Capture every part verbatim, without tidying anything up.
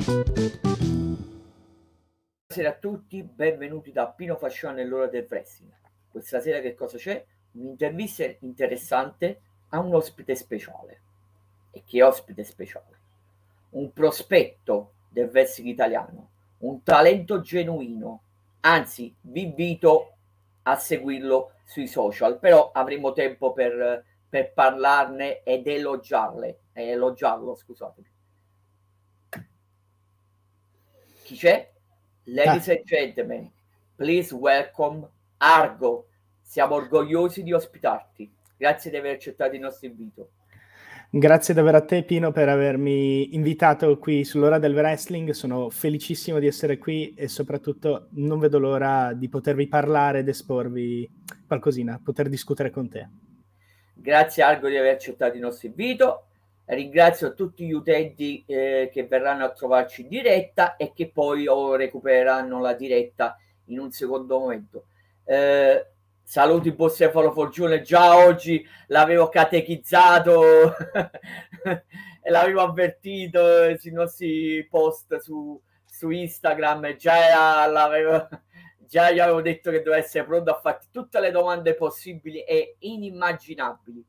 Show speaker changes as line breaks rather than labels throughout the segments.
Buonasera a tutti, benvenuti da Pino Fascione nell'ora del wrestling. Questa sera che cosa c'è? Un'intervista interessante a un ospite speciale. E che ospite speciale? Un prospetto del wrestling italiano, un talento genuino. Anzi, vi invito a seguirlo sui social, però avremo tempo per, per parlarne ed elogiarle, eh, elogiarlo, scusatemi. Chi c'è? Ladies
Ah.
and gentlemen, please welcome Argo. Siamo orgogliosi di ospitarti. Grazie di aver accettato il nostro invito.
Grazie davvero a te, Pino, per avermi invitato qui sull'ora del wrestling. Sono felicissimo di essere qui e soprattutto non vedo l'ora di potervi parlare ed esporvi qualcosina, poter discutere con te.
Grazie Argo di aver accettato il nostro invito. Ringrazio tutti gli utenti eh, che verranno a trovarci in diretta e che poi o recupereranno la diretta in un secondo momento. Eh, saluti buon Stefano Forgione, già oggi l'avevo catechizzato e l'avevo avvertito sui nostri post su, su Instagram, già l'avevo già gli avevo detto che doveva essere pronto a farti tutte le domande possibili e inimmaginabili.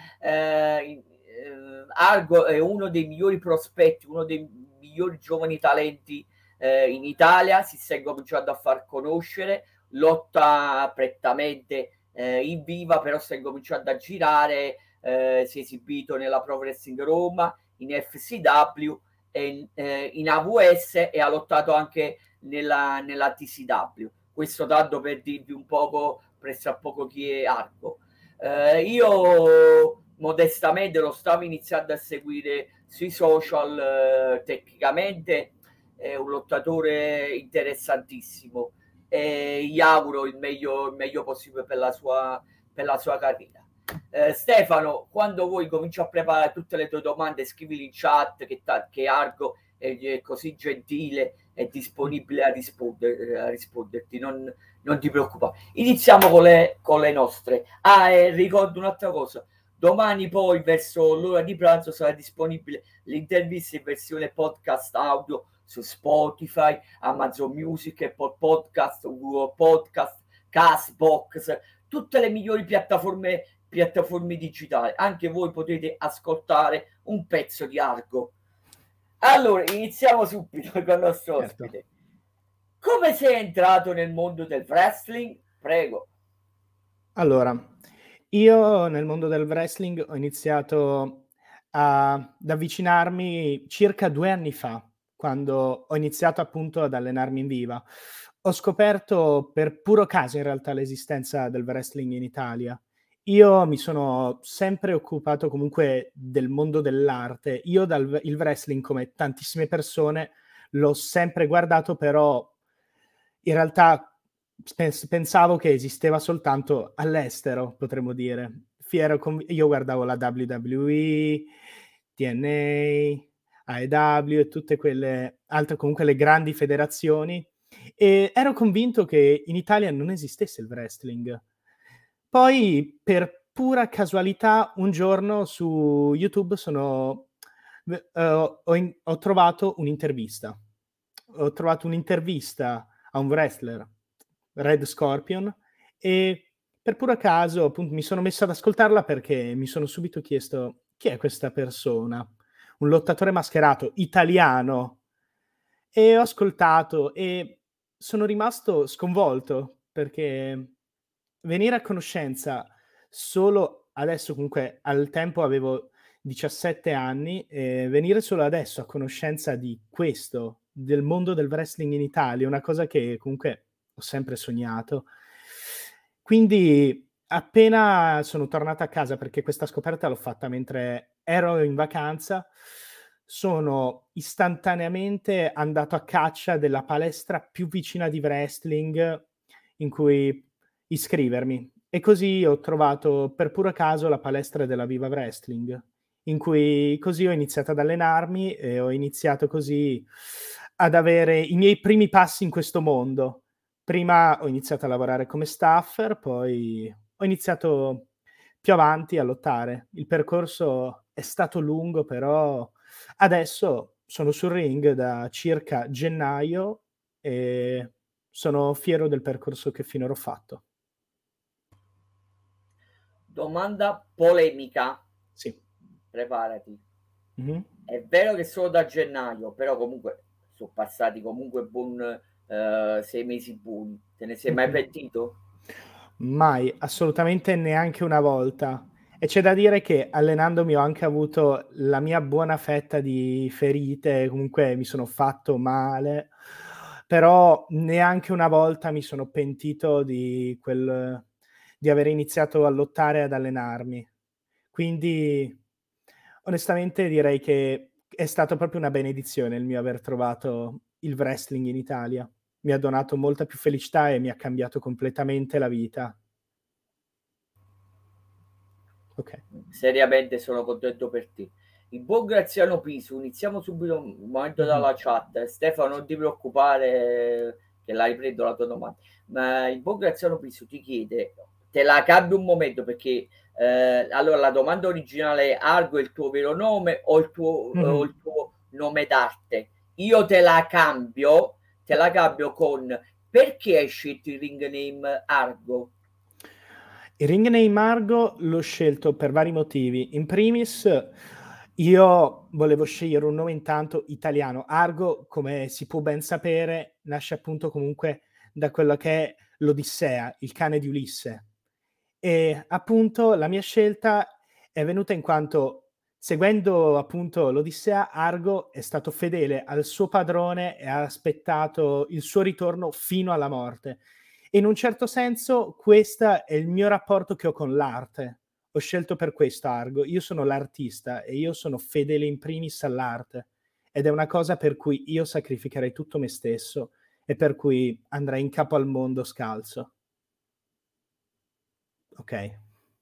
Eh, eh, Argo è uno dei migliori prospetti, uno dei migliori giovani talenti eh, in Italia, si sta cominciando a far conoscere, lotta prettamente eh, in viva, però sta cominciando a girare, eh, si è esibito nella Pro Wrestling Roma, in F C W e eh, in A W S e ha lottato anche nella, nella T C W. Questo tanto per dirvi un poco, presso a poco chi è Argo. Eh, io modestamente lo stavo iniziando a seguire sui social, eh, tecnicamente è un lottatore interessantissimo e gli auguro il meglio, il meglio possibile per la sua, per la sua carriera. Eh, Stefano, quando vuoi cominci a preparare tutte le tue domande, scrivili in chat che, che Argo è, è così gentile è disponibile a, risponder, a risponderti, non, non ti preoccupare. Iniziamo con le, con le nostre. Ah, e ricordo un'altra cosa. Domani poi verso l'ora di pranzo sarà disponibile l'intervista in versione podcast audio su Spotify, Amazon Music, Apple Podcast, Google Podcast, Castbox, tutte le migliori piattaforme, piattaforme digitali. Anche voi potete ascoltare un pezzo di Argo. Allora, iniziamo subito con il nostro
Certo.
ospite. Come sei entrato nel mondo del wrestling? Prego.
Allora, io nel mondo del wrestling ho iniziato a, ad avvicinarmi circa due anni fa, quando ho iniziato appunto ad allenarmi in viva. Ho scoperto per puro caso in realtà l'esistenza del wrestling in Italia. Io mi sono sempre occupato comunque del mondo dell'arte. Io dal il wrestling, come tantissime persone, l'ho sempre guardato, però in realtà pens- pensavo che esisteva soltanto all'estero, potremmo dire. Fiero conv- io guardavo la W W E, T N A, A E W e tutte quelle altre, comunque le grandi federazioni, e ero convinto che in Italia non esistesse il wrestling. Poi, per pura casualità, un giorno su YouTube sono, v- eh, ho, in- ho trovato un'intervista. Ho trovato un'intervista a un wrestler, Red Scorpion, e per puro caso appunto mi sono messo ad ascoltarla perché mi sono subito chiesto chi è questa persona, un lottatore mascherato italiano, e ho ascoltato e sono rimasto sconvolto perché venire a conoscenza solo adesso, comunque al tempo avevo diciassette anni, e venire solo adesso a conoscenza di questo, del mondo del wrestling in Italia, una cosa che comunque ho sempre sognato. Quindi appena sono tornato a casa, perché questa scoperta l'ho fatta mentre ero in vacanza, sono istantaneamente andato a caccia della palestra più vicina di wrestling in cui iscrivermi. E così ho trovato per puro caso la palestra della Viva Wrestling, in cui così ho iniziato ad allenarmi e ho iniziato così ad avere i miei primi passi in questo mondo. Prima ho iniziato a lavorare come staffer, poi ho iniziato più avanti a lottare. Il percorso è stato lungo, però adesso sono sul ring da circa gennaio e sono fiero del percorso che finora ho fatto.
Domanda polemica.
Sì.
Preparati.
Mm-hmm.
È vero che solo da gennaio, però comunque sono passati comunque buon uh, sei mesi buoni. Te ne sei mai
Mm-hmm.
pentito?
Mai, assolutamente neanche una volta. E c'è da dire che allenandomi ho anche avuto la mia buona fetta di ferite, comunque mi sono fatto male, però neanche una volta mi sono pentito di quel di aver iniziato a lottare e ad allenarmi. Quindi onestamente direi che è stato proprio una benedizione il mio aver trovato il wrestling in Italia. Mi ha donato molta più felicità e mi ha cambiato completamente la vita. Ok.
Seriamente sono contento per te. Il buon Graziano Pisu, iniziamo subito un momento
Mm-hmm.
dalla chat. Stefano, non ti preoccupare che la riprendo la tua domanda. Ma il buon Graziano Pisu ti chiede, te la cambio un momento perché eh, allora la domanda originale è: Argo è il tuo vero nome o il tuo,
Mm-hmm.
o il tuo nome d'arte? Io te la cambio, te la cambio con: perché hai scelto il ring name Argo?
Il ring name Argo l'ho scelto per vari motivi. In primis, io volevo scegliere un nome intanto italiano. Argo, come si può ben sapere, nasce appunto comunque da quello che è l'Odissea, il cane di Ulisse. E appunto la mia scelta è venuta in quanto, seguendo appunto l'Odissea, Argo è stato fedele al suo padrone e ha aspettato il suo ritorno fino alla morte. E in un certo senso questo è il mio rapporto che ho con l'arte. Ho scelto per questo Argo. Io sono l'artista e io sono fedele in primis all'arte. Ed è una cosa per cui io sacrificherei tutto me stesso e per cui andrei in capo al mondo scalzo. Ok.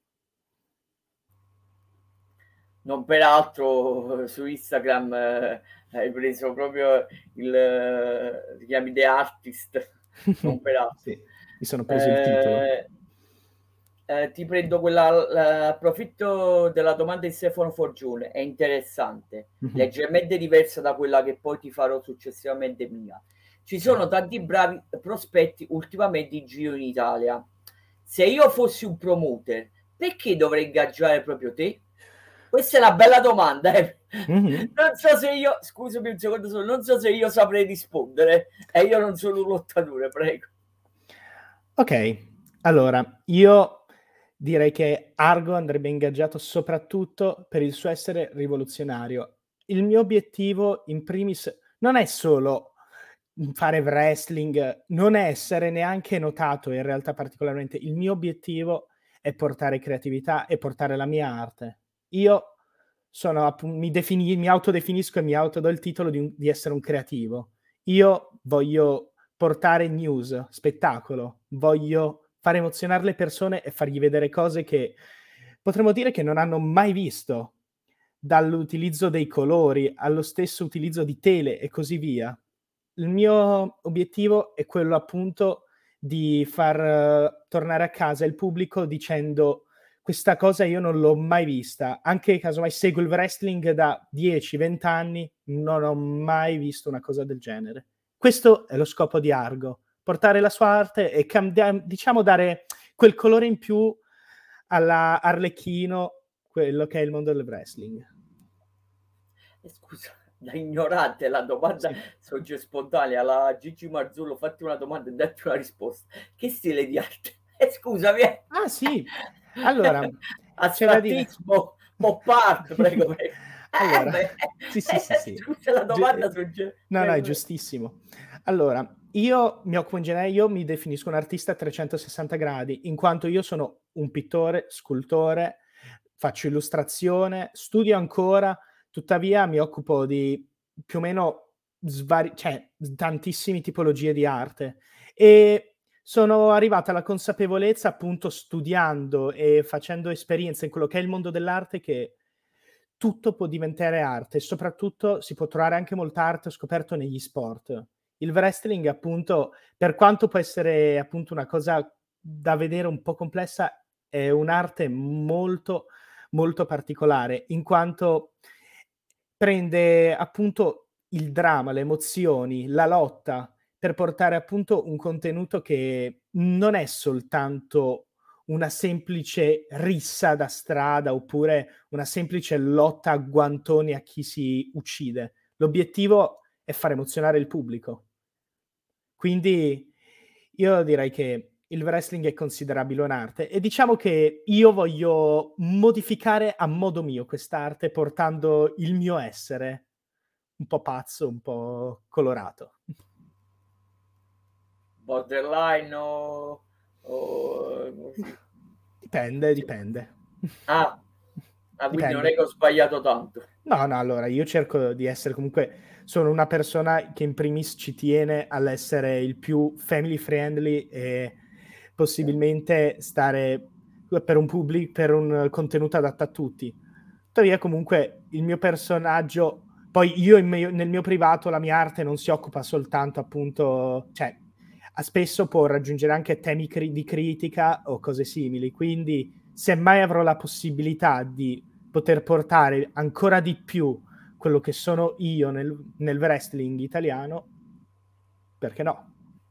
Non peraltro su Instagram eh, hai preso proprio il eh, ti chiami The Artist, non peraltro.
Sì, mi sono preso il titolo.
Eh, eh, ti prendo quella, approfitto della domanda di Stefano Forgione, è interessante,
Mm-hmm.
leggermente diversa da quella che poi ti farò successivamente mia. Ci sono tanti bravi prospetti ultimamente in giro in Italia. Se io fossi un promoter, perché dovrei ingaggiare proprio te? Questa è una bella domanda. Eh. Mm-hmm. Non so se io, scusami un secondo solo, non so se io saprei rispondere. E io non sono un lottatore, prego.
Ok, allora, io direi che Argo andrebbe ingaggiato soprattutto per il suo essere rivoluzionario. Il mio obiettivo, in primis, non è solo fare wrestling, non è essere neanche notato in realtà particolarmente. Il mio obiettivo è portare creatività e portare la mia arte. Io sono, mi, defini, mi autodefinisco e mi autodo il titolo di, un, di essere un creativo. Io voglio portare news, spettacolo, voglio far emozionare le persone e fargli vedere cose che potremmo dire che non hanno mai visto, dall'utilizzo dei colori allo stesso utilizzo di tele e così via. Il mio obiettivo è quello appunto di far uh, tornare a casa il pubblico dicendo: questa cosa io non l'ho mai vista, anche casomai seguo il wrestling da dieci venti anni, non ho mai visto una cosa del genere. Questo è lo scopo di Argo, portare la sua arte e cambiare, diciamo, dare quel colore in più alla Arlecchino, quello che è il mondo del wrestling.
Eh, scusa, da ignorante la domanda sì. Sorge spontanea. Alla Gigi Marzullo, fatti una domanda e datti una risposta. Che stile di arte? Eh, scusami.
Ah sì, allora
astrattismo, pop art, prego, prego.
Allora,
eh,
sì, sì, sì, sì.
Scusa la domanda
Gi-
sorge...
No, prego. No, è giustissimo. Allora, io mi occupo in genere, io mi definisco un artista a trecentosessanta gradi, in quanto io sono un pittore, scultore, faccio illustrazione, studio ancora, tuttavia mi occupo di più o meno svari- cioè, tantissime tipologie di arte. E sono arrivata alla consapevolezza, appunto, studiando e facendo esperienze in quello che è il mondo dell'arte, che tutto può diventare arte e soprattutto si può trovare anche molta arte scoperto negli sport. Il wrestling, appunto, per quanto può essere appunto una cosa da vedere un po' complessa, è un'arte molto, molto particolare, in quanto prende appunto il dramma, le emozioni, la lotta, per portare appunto un contenuto che non è soltanto una semplice rissa da strada oppure una semplice lotta a guantoni a chi si uccide. L'obiettivo è far emozionare il pubblico. Quindi io direi che il wrestling è considerabile un'arte e diciamo che io voglio modificare a modo mio quest'arte portando il mio essere un po' pazzo, un po' colorato.
Borderline o... o...
Dipende, dipende.
Ah, ah, quindi non è
Dipende.
che ho sbagliato tanto.
No, no, allora io cerco di essere comunque, sono una persona che in primis ci tiene all'essere il più family friendly e possibilmente stare per un public, per un contenuto adatto a tutti. Tuttavia comunque il mio personaggio, poi io in mio, nel mio privato la mia arte non si occupa soltanto appunto, cioè spesso può raggiungere anche temi cri- di critica o cose simili, quindi se mai avrò la possibilità di poter portare ancora di più quello che sono io nel, nel wrestling italiano, perché no?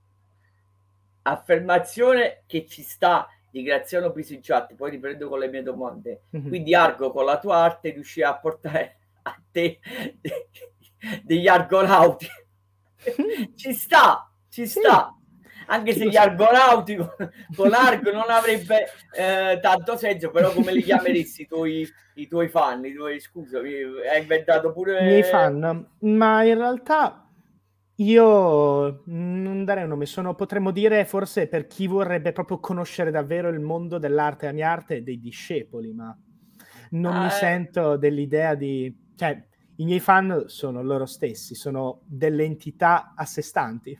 Affermazione che ci sta di Graziano Pisicciatti, poi riprendo con le mie domande.
Mm-hmm.
Quindi Argo, con la tua arte riuscì a portare a te degli argonauti. Ci sta, ci
Sì.
sta. Anche
Chi
se
lo
gli
sa?
argonauti con Argo non avrebbe eh, tanto senso, però come li chiameresti i tuoi, i tuoi fan, i tuoi, scusami, hai inventato pure...
I miei fan, ma in realtà io non darei un nome, sono, potremmo dire, forse per chi vorrebbe proprio conoscere davvero il mondo dell'arte, la mia arte, dei discepoli, ma non
Ah,
mi
eh.
sento dell'idea di... Cioè, i miei fan sono loro stessi, sono delle entità a sé stanti.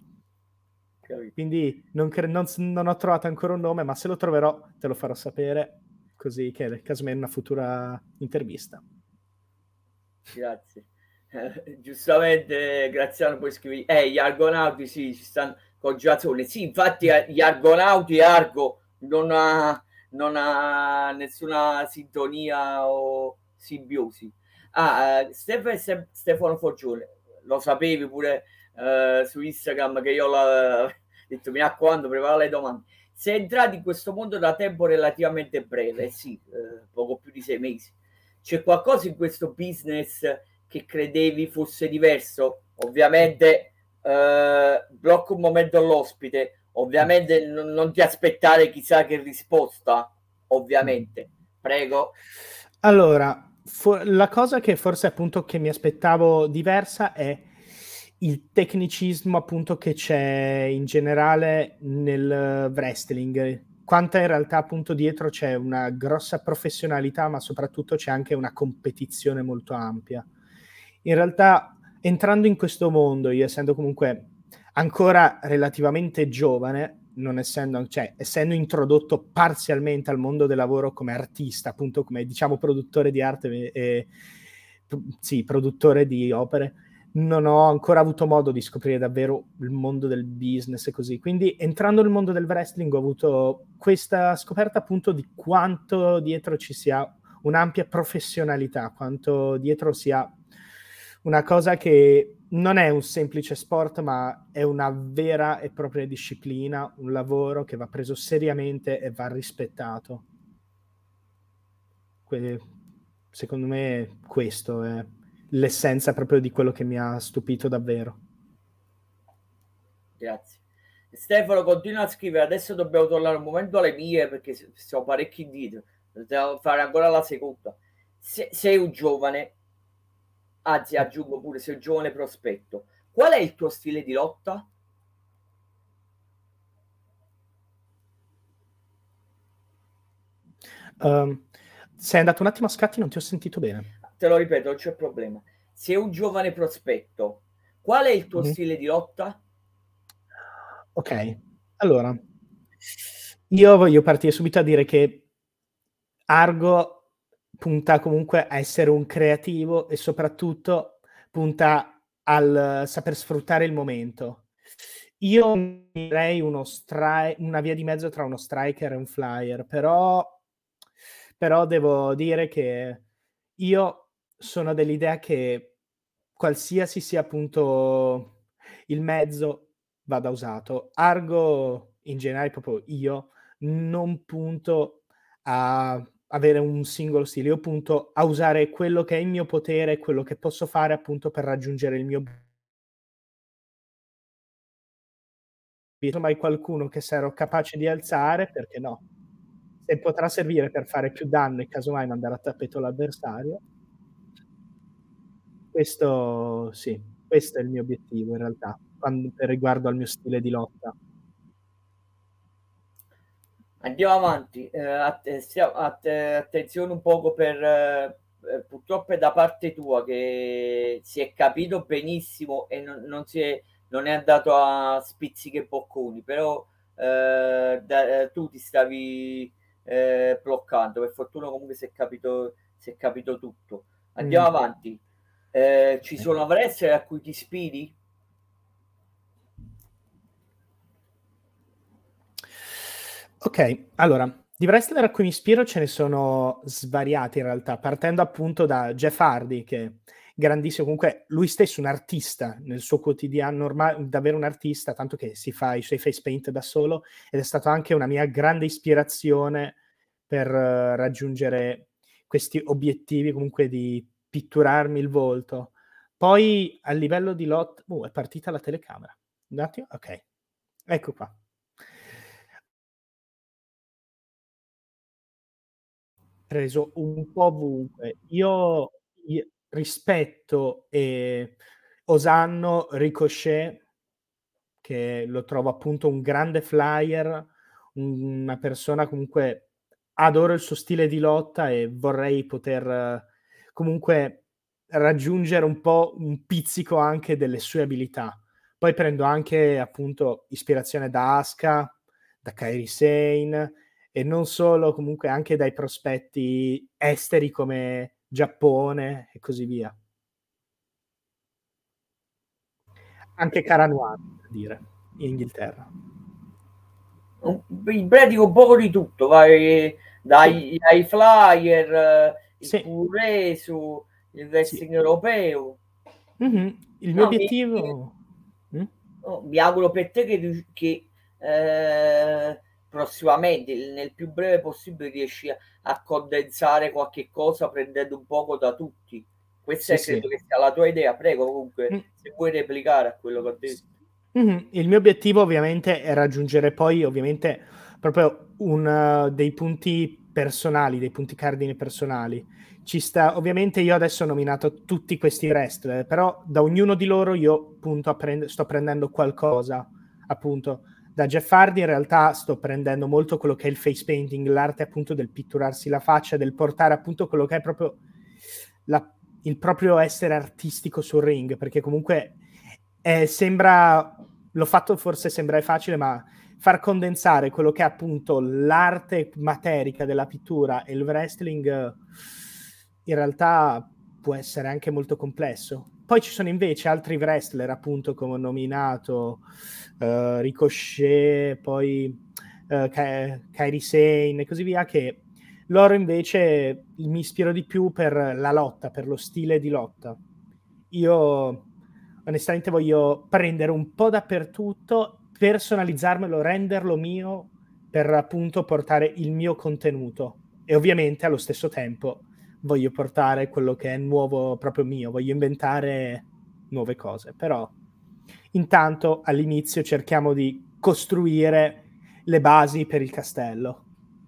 Quindi non, cre- non, non ho trovato ancora un nome, ma se lo troverò te lo farò sapere, così che casomai in una futura intervista.
Grazie. Eh, giustamente Graziano poi scrive, eh, gli argonauti sì, ci stanno con Giazzone. Sì, infatti gli argonauti e Argo non ha, non ha nessuna sintonia o simbiosi. Ah, eh, Stefano, Stefano Foggione, lo sapevi pure eh, su Instagram che io l'ho detto, mi raccomando, prepara le domande. Sei entrato in questo mondo da tempo relativamente breve, sì, eh, poco più di sei mesi. C'è qualcosa in questo business che credevi fosse diverso? Ovviamente eh, blocco un momento all'ospite, ovviamente non, non ti aspettare chissà che risposta, ovviamente. Prego.
Allora, for- la cosa che forse appunto che mi aspettavo diversa è il tecnicismo appunto che c'è in generale nel wrestling. Quanta in realtà appunto dietro c'è una grossa professionalità, ma soprattutto c'è anche una competizione molto ampia. In realtà, entrando in questo mondo, io essendo comunque ancora relativamente giovane, non essendo, cioè, essendo introdotto parzialmente al mondo del lavoro come artista, appunto come diciamo produttore di arte e, e sì, produttore di opere, non ho ancora avuto modo di scoprire davvero il mondo del business e così. Quindi entrando nel mondo del wrestling ho avuto questa scoperta appunto di quanto dietro ci sia un'ampia professionalità, quanto dietro sia una cosa che non è un semplice sport, ma è una vera e propria disciplina, un lavoro che va preso seriamente e va rispettato. Quindi, secondo me questo è l'essenza proprio di quello che mi ha stupito davvero.
Grazie. Stefano continua a scrivere, adesso dobbiamo tornare un momento alle mie perché siamo parecchi indietro, dobbiamo fare ancora la seconda. Se, sei un giovane, anzi aggiungo pure, sei un giovane prospetto, qual è il tuo stile di lotta?
Um, sei andato un attimo a scatti, non ti ho sentito bene.
Te lo ripeto, non c'è problema. Sei un giovane prospetto, qual è il tuo
Mm-hmm.
stile di lotta?
Ok, allora, io voglio partire subito a dire che Argo punta comunque a essere un creativo e soprattutto punta al saper sfruttare il momento. Io direi uno stri- una via di mezzo tra uno striker e un flyer, però, però devo dire che io sono dell'idea che qualsiasi sia appunto il mezzo vada usato. Argo, in generale proprio io, non punto a avere un singolo stile, io punto a usare quello che è in mio potere, quello che posso fare appunto per raggiungere il mio mai qualcuno che sarò capace di alzare, perché no? Se potrà servire per fare più danno e casomai mandare a tappeto l'avversario questo sì, questo è il mio obiettivo in realtà, quan per riguardo al mio stile di lotta.
Andiamo avanti, eh, att- stia- att- attenzione un poco per, eh, purtroppo è da parte tua che si è capito benissimo e non, non si è, non è andato a spizzichi e bocconi, però eh, da- eh, tu ti stavi eh, bloccando, per fortuna comunque si è capito, si è capito tutto. Andiamo
Mh.
avanti. Eh, ci
Okay.
sono wrestler a cui ti ispiri?
Okay, allora, di wrestler a cui mi ispiro ce ne sono svariati in realtà, partendo appunto da Jeff Hardy che grandissimo, comunque lui stesso un artista nel suo quotidiano, norma davvero un artista, tanto che si fa i suoi face paint da solo ed è stato anche una mia grande ispirazione per eh, raggiungere questi obiettivi, comunque di pitturarmi il volto. Poi a livello di lot uh, è partita la telecamera. Un attimo, okay, ecco qua. Preso un po' ovunque. Io i rispetto, ehm, osando Ricochet, che lo trovo appunto un grande flyer, un una persona comunque adoro il suo stile di lotta e vorrei poter eh, comunque raggiungere un po' un pizzico anche delle sue abilità. Poi prendo anche appunto ispirazione da Asuka, da Kairi Sane e non solo, comunque anche dai prospetti esteri come Giappone e così via. Anche Cara Noir, per dire, in Inghilterra.
Un- in pratica un poco di tutto, vai
Sì,
dai ai flyer, eh, il
sì,
pure su il
sì.
wrestling europeo.
Mh-mh. Il mio
No, mi,
obiettivo mh?
oh, mi auguro per te che, rius- che eh, prossimamente, nel più breve possibile, riesci a, a condensare qualche cosa prendendo un poco da tutti. Questa
Sì,
è,
sì.
credo che sia la tua idea. Prego, comunque,
Mh.
se vuoi replicare a quello che ho
S
detto.
Mh-mh. Il mio obiettivo ovviamente è raggiungere poi ovviamente proprio un eh, dei punti personali, dei punti cardine personali. Ci sta ovviamente io adesso ho nominato tutti questi wrestler, però da ognuno di loro io appunto a prend sto prendendo qualcosa, appunto. Da Jeff Hardy in realtà sto prendendo molto quello che è il face painting, l'arte appunto del pitturarsi la faccia, del portare appunto quello che è proprio la il proprio essere artistico sul ring, perché comunque eh, sembra, l'ho fatto forse sembrare facile, ma far condensare quello che è appunto l'arte materica della pittura e il wrestling eh, in realtà può essere anche molto complesso. Poi ci sono invece altri wrestler, appunto, come ho nominato, eh, Ricochet, poi eh, Ka- Kairi Sane e così via, che loro invece mi ispiro di più per la lotta, per lo stile di lotta. Io onestamente voglio prendere un po' dappertutto, personalizzarmelo, renderlo mio per appunto portare il mio contenuto e ovviamente allo stesso tempo voglio portare quello che è nuovo proprio mio, voglio inventare nuove cose, però intanto all'inizio cerchiamo di costruire le basi per il castello.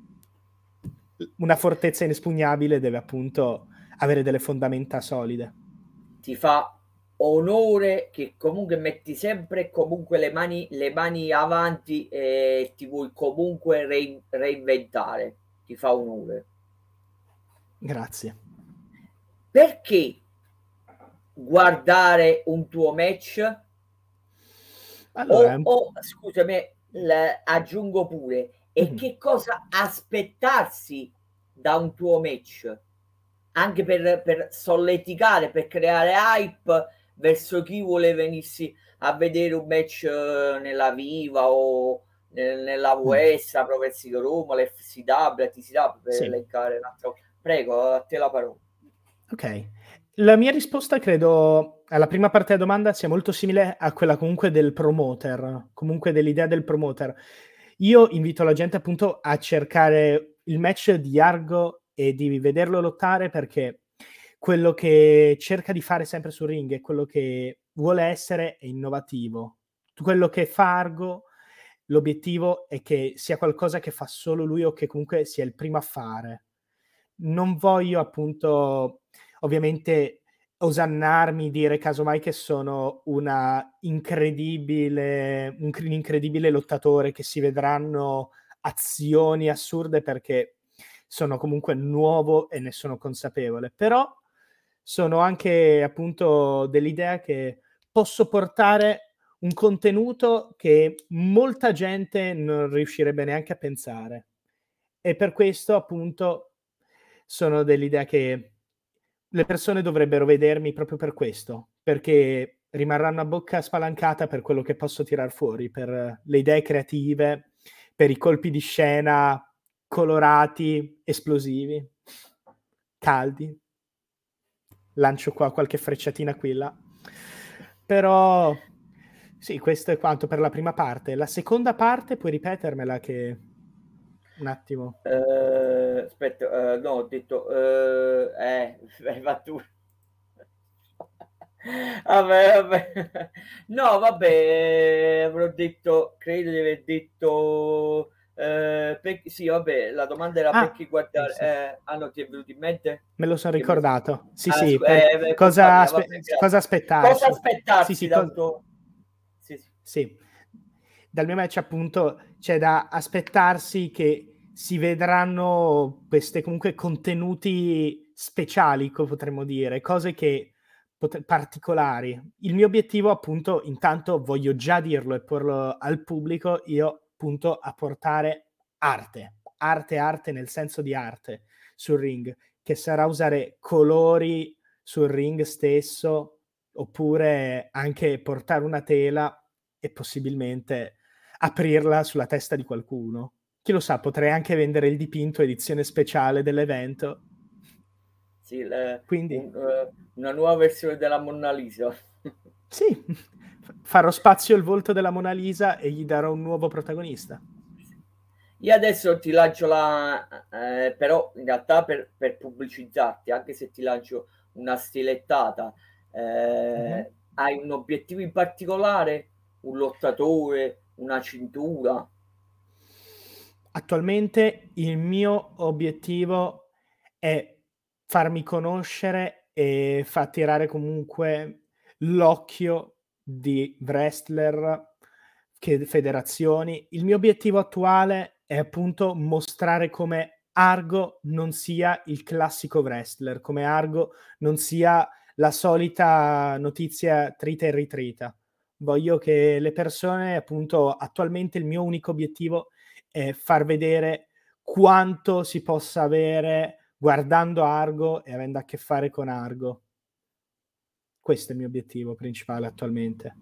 Una fortezza inespugnabile deve appunto avere delle fondamenta solide.
Ti fa onore che comunque metti sempre comunque le mani, le mani avanti e ti vuoi comunque rein- reinventare. Ti fa onore.
Grazie.
Perché guardare un tuo match
Allora,
o, o scusami, l- aggiungo pure, e
mh-mh.
che cosa aspettarsi da un tuo match? Anche per, per solleticare, per creare hype verso chi vuole venirsi a vedere un match eh, nella Viva o nel- nella
Mh.
U S, la Pro Wrestling Roma, l'F C W, la T C W per
Sì,
elencare un altro. Prego, a te la parola.
okay. La mia risposta credo alla prima parte della domanda sia molto simile a quella comunque del promoter, comunque dell'idea del promoter. Io invito la gente appunto a cercare il match di Argo e di vederlo lottare, perché quello che cerca di fare sempre sul ring e quello che vuole essere è innovativo. Quello che fa Argo, l'obiettivo è che sia qualcosa che fa solo lui o che comunque sia il primo a fare. Non voglio appunto ovviamente osannarmi, dire casomai che sono una incredibile un cr incredibile lottatore, che si vedranno azioni assurde, perché sono comunque nuovo e ne sono consapevole. Però sono anche appunto dell'idea che posso portare un contenuto che molta gente non riuscirebbe neanche a pensare. E per questo appunto sono dell'idea che le persone dovrebbero vedermi proprio per questo, perché rimarranno a bocca spalancata per quello che posso tirar fuori, per le idee creative, per i colpi di scena colorati, esplosivi, caldi. Lancio qua qualche frecciatina qui e là. Però sì, questo è quanto per la prima parte. La seconda parte puoi ripetermela che un attimo.
Eh, aspetta, eh, no, ho detto, eh, eh, hai fatto... Vabbè, vabbè. No, vabbè, avrò detto, credo di aver detto, eh, per- sì, vabbè, la domanda era
Ah,
perché
sì,
guardare,
sì.
eh, ah no, ti è venuto in mente?
Me lo son
Che me lo-
ricordato. Sì,
Ah,
sì,
scu-
per
eh, è colpa
cosa
mia,
aspe
vabbè,
cosa
grazie. Cosa
aspettarsi. Sì,
aspettarsi
sì,
da
cos
un tuo... Sì, sì.
sì. Dal mio match appunto c'è da aspettarsi che si vedranno queste comunque contenuti speciali, co potremmo dire, cose che pot particolari. Il mio obiettivo appunto, intanto voglio già dirlo e porlo al pubblico, io punto a portare arte, arte, arte nel senso di arte sul ring, che sarà usare colori sul ring stesso, oppure anche portare una tela e possibilmente aprirla sulla testa di qualcuno. Chi lo sa, potrei anche vendere il dipinto edizione speciale dell'evento.
Sì, le-
Quindi
un- eh, una nuova versione della Monna Lisa.
sì, f farò spazio al volto della Mona Lisa e gli darò un nuovo protagonista.
Io adesso ti lancio la, eh, però in realtà per, per pubblicizzarti, anche se ti lancio una stilettata,
Mh-mh.
eh, hai un obiettivo in particolare? Un lottatore, una cintura?
Attualmente il mio obiettivo è farmi conoscere e fa attirare comunque l'occhio di wrestler, che federazioni. Il mio obiettivo attuale è appunto mostrare come Argo non sia il classico wrestler, come Argo non sia la solita notizia trita e ritrita. Voglio che le persone appunto attualmente il mio unico obiettivo è far vedere quanto si possa avere guardando Argo e avendo a che fare con Argo. Questo è il mio obiettivo principale attualmente.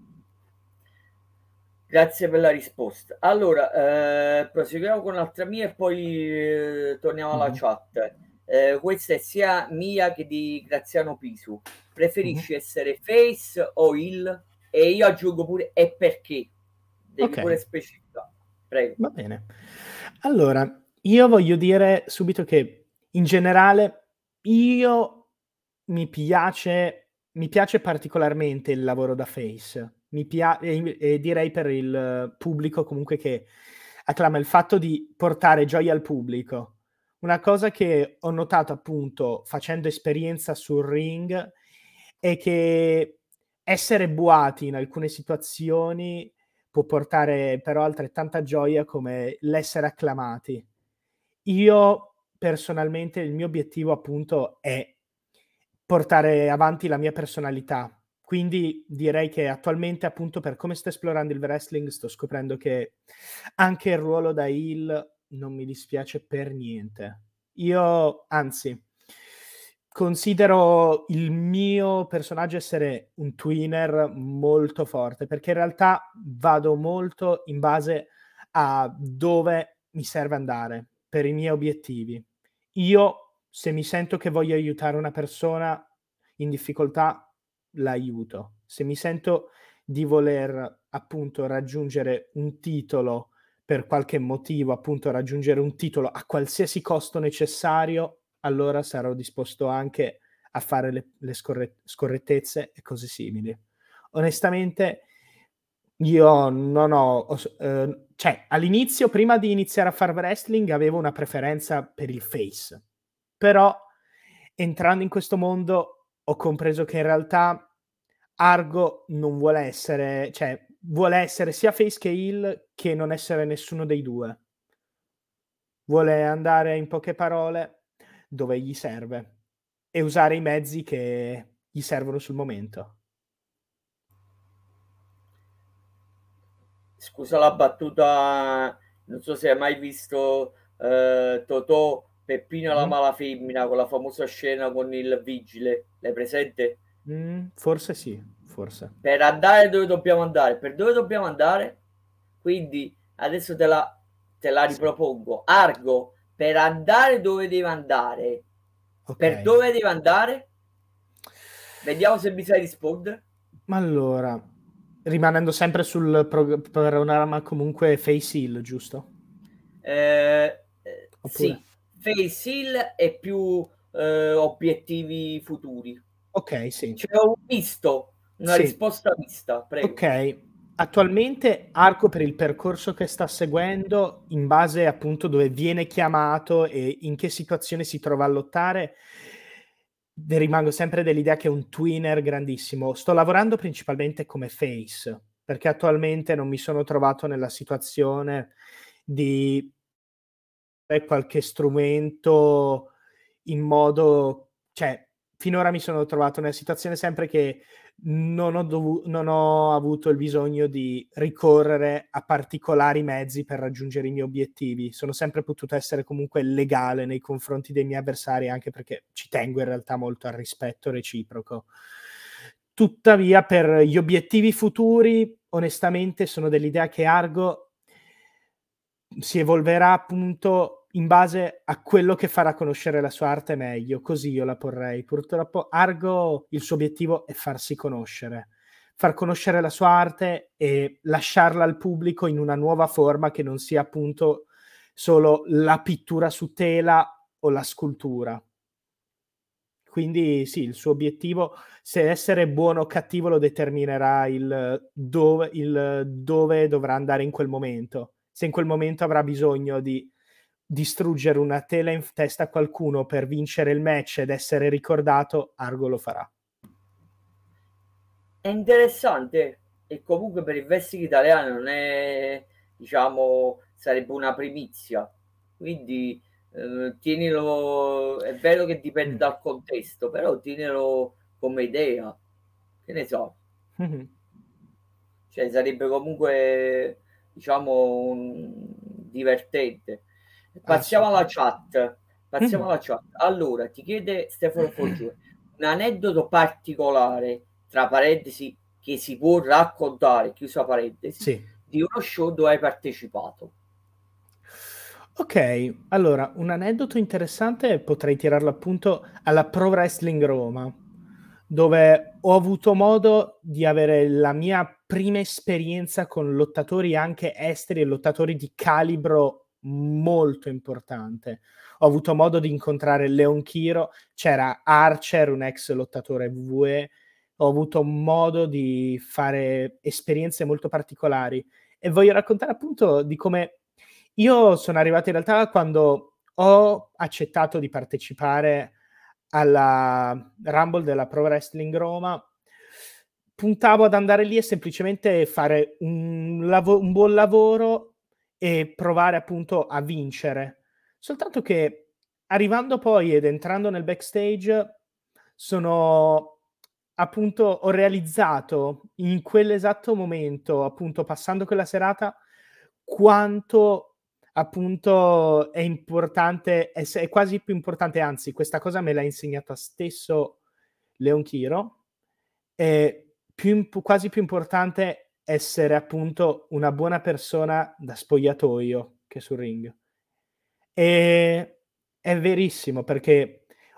Grazie per la risposta. Allora, eh, proseguiamo con un'altra mia e poi eh, torniamo alla
Mh-mh.
chat. Eh, questa è sia mia che di Graziano Pisu.
Mh-mh.
Preferisci essere face o heel? E io aggiungo pure e perché? Devi pure
Okay.
specificare. Prego.
Va bene. Allora, io voglio dire subito che in generale io mi piace mi piace particolarmente il lavoro da face. Mi pia e inv e direi per il pubblico comunque che acclama il fatto di portare gioia al pubblico. Una cosa che ho notato appunto facendo esperienza sul ring è che essere boati in alcune situazioni può portare però altrettanta gioia come l'essere acclamati. Io personalmente il mio obiettivo appunto è portare avanti la mia personalità. Quindi direi che attualmente appunto per come sto esplorando il wrestling sto scoprendo che anche il ruolo da heel non mi dispiace per niente. Io anzi considero il mio personaggio essere un tweener molto forte, perché in realtà vado molto in base a dove mi serve andare per i miei obiettivi. Io, se mi sento che voglio aiutare una persona, in difficoltà, l'aiuto. Se mi sento di voler appunto raggiungere un titolo per qualche motivo, appunto raggiungere un titolo a qualsiasi costo necessario, allora sarò disposto anche a fare le, le scorre- scorrettezze e cose simili. Onestamente, io non ho, ho s- eh, cioè all'inizio, prima di iniziare a fare wrestling, avevo una preferenza per il face, però entrando in questo mondo ho compreso che in realtà Argo non vuole essere, cioè vuole essere sia face che heel, che non essere nessuno dei due. Vuole andare, in poche parole, dove gli serve e usare i mezzi che gli servono sul momento.
Scusa la battuta, non so se hai mai visto eh, Totò, Peppino la
Mm?
mala femmina, con la famosa scena con il vigile, l'hai presente?
Mm, forse sì, forse.
Per andare dove dobbiamo andare, per dove dobbiamo andare? Quindi adesso te la, te la
Sì.
ripropongo. Argo, per andare dove deve andare,
Ok.
per dove deve andare? Vediamo se mi sai rispondere.
Ma allora, rimanendo sempre sul prog- panorama comunque face heel, giusto?
Eh, eh,
Oppure?
sì, face heel e più eh, obiettivi futuri.
Ok, sì.
Cioè, ho visto una
Sì.
risposta vista, prego.
Ok, attualmente Arco per il percorso che sta seguendo, in base appunto dove viene chiamato e in che situazione si trova a lottare, ne rimango sempre dell'idea che è un twinner grandissimo. Sto lavorando principalmente come face, perché attualmente non mi sono trovato nella situazione di avere qualche strumento in modo, cioè finora mi sono trovato nella situazione sempre che non ho, dovu- non ho avuto il bisogno di ricorrere a particolari mezzi per raggiungere i miei obiettivi. Sono sempre potuto essere comunque legale nei confronti dei miei avversari, anche perché ci tengo in realtà molto al rispetto reciproco. Tuttavia, per gli obiettivi futuri, onestamente, sono dell'idea che Argo si evolverà appunto in base a quello che farà conoscere la sua arte meglio, così io la porrei. Purtroppo Argo, il suo obiettivo è farsi conoscere, far conoscere la sua arte e lasciarla al pubblico in una nuova forma che non sia appunto solo la pittura su tela o la scultura. Quindi sì, il suo obiettivo, se essere buono o cattivo, lo determinerà il dove, il dove dovrà andare in quel momento. Se in quel momento avrà bisogno di distruggere una tela in testa a qualcuno per vincere il match ed essere ricordato, Argo lo farà.
È interessante e comunque per il wrestling italiano non è, diciamo, sarebbe una primizia. Quindi eh, tienilo, è vero che dipende
Mm.
dal contesto, però tienilo come idea. Che ne so,
Mhm.
cioè sarebbe comunque, diciamo, un- divertente. Passiamo alla
Assolutamente.
chat. Passiamo
Mhm.
alla chat. Allora, ti chiede Stefano Foggione un aneddoto particolare, tra parentesi, che si può raccontare, chiusa parentesi,
Sì.
di uno show dove hai partecipato.
Ok, allora un aneddoto interessante potrei tirarlo appunto alla Pro Wrestling Roma, dove ho avuto modo di avere la mia prima esperienza con lottatori anche esteri e lottatori di calibro molto importante. Ho avuto modo di incontrare Leon Chiro, c'era Archer, un ex lottatore W W E, ho avuto modo di fare esperienze molto particolari e voglio raccontare appunto di come io sono arrivato in realtà quando ho accettato di partecipare alla Rumble della Pro Wrestling Roma. Puntavo ad andare lì e semplicemente fare un, lavo- un buon lavoro e provare appunto a vincere. Soltanto che arrivando poi ed entrando nel backstage sono appunto ho realizzato in quell'esatto momento, appunto passando quella serata, quanto appunto è importante, è, è quasi più importante, anzi questa cosa me l'ha insegnata stesso Leon Chiro, è più imp- quasi più importante essere appunto una buona persona da spogliatoio che sul ring. E è verissimo perché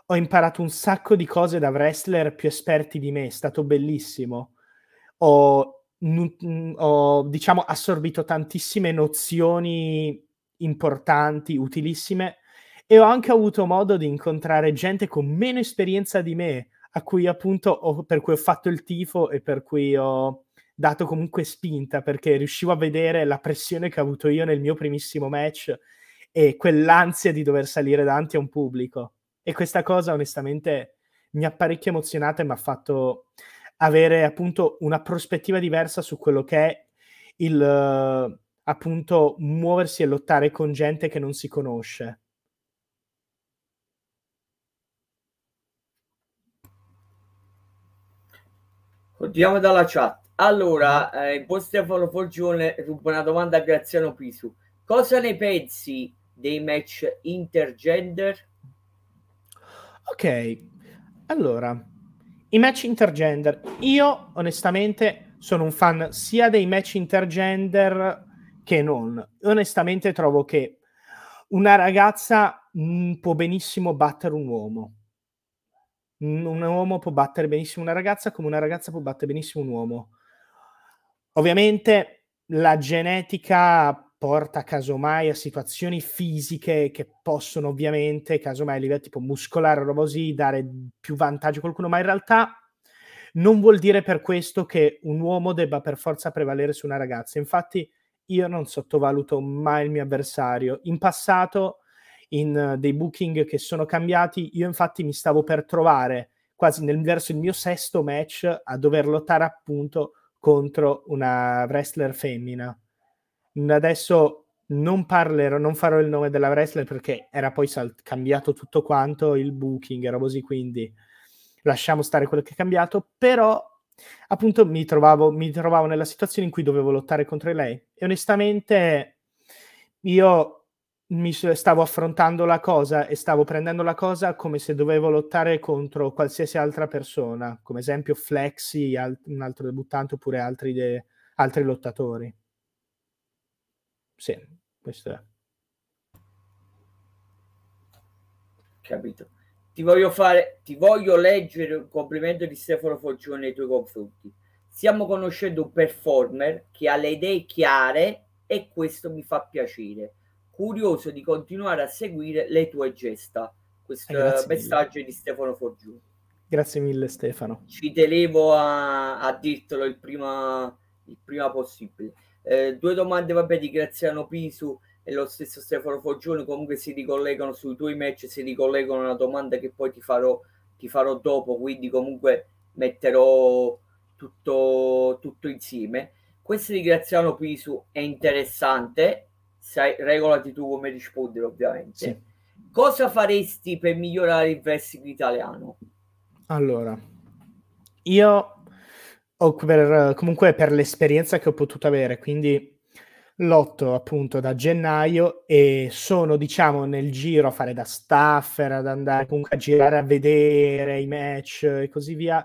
ho imparato un sacco di cose da wrestler più esperti di me, è stato bellissimo. Ho, n- ho diciamo, assorbito tantissime nozioni importanti, utilissime, e ho anche avuto modo di incontrare gente con meno esperienza di me, a cui appunto ho, per cui ho fatto il tifo e per cui ho dato comunque spinta, perché riuscivo a vedere la pressione che ho avuto io nel mio primissimo match e quell'ansia di dover salire davanti a un pubblico. E questa cosa onestamente mi ha parecchio emozionato e mi ha fatto avere appunto una prospettiva diversa su quello che è il uh, appunto muoversi e lottare con gente che non si conosce.
Continuiamo dalla chat. Allora, eh, il buon Stefano Forgione ruba una domanda a Graziano Pisu. Cosa ne pensi dei match intergender?
Ok, allora, i match intergender. Io onestamente sono un fan sia dei match intergender che non. Onestamente trovo che una ragazza mh, può benissimo battere un uomo. Un uomo può battere benissimo una ragazza, come una ragazza può battere benissimo un uomo. Ovviamente la genetica porta casomai a situazioni fisiche che possono ovviamente, casomai a livello tipo muscolare o roba così, dare più vantaggio a qualcuno, ma in realtà non vuol dire per questo che un uomo debba per forza prevalere su una ragazza. Infatti io non sottovaluto mai il mio avversario. In passato, in uh, dei booking che sono cambiati, io infatti mi stavo per trovare quasi nel, verso il mio sesto match a dover lottare appunto contro una wrestler femmina. Adesso non parlerò, non farò il nome della wrestler perché era poi sal- cambiato tutto quanto il booking, era così, quindi lasciamo stare quello che è cambiato, però appunto mi trovavo, mi trovavo nella situazione in cui dovevo lottare contro lei e onestamente io mi stavo affrontando la cosa e stavo prendendo la cosa come se dovevo lottare contro qualsiasi altra persona, come esempio Flexi, al- un altro debuttante oppure altri, de- altri lottatori. Sì, questo è.
Capito? Ti voglio fare, ti voglio leggere un complimento di Stefano Foggione nei tuoi confronti. Stiamo conoscendo un performer che ha le idee chiare e questo mi fa piacere. Curioso di continuare a seguire le tue gesta.
Eh,
Questo
grazie mille.
messaggio di Stefano Foggione.
Grazie mille Stefano.
Ci tenevo a, a dirtelo il prima, il prima possibile. Eh, due domande, vabbè, di Graziano Pisu e lo stesso Stefano Foggione comunque si ricollegano sui tuoi match, si ricollegano a una domanda che poi ti farò, ti farò dopo, quindi comunque metterò tutto, tutto insieme. Questo di Graziano Pisu è interessante, sai, regolati tu come rispondere ovviamente.
Sì.
Cosa faresti per migliorare il wrestling italiano?
Allora, io ho per, comunque per l'esperienza che ho potuto avere, quindi lotto appunto da gennaio e sono diciamo nel giro a fare da staffer, ad andare comunque a girare a vedere i match e così via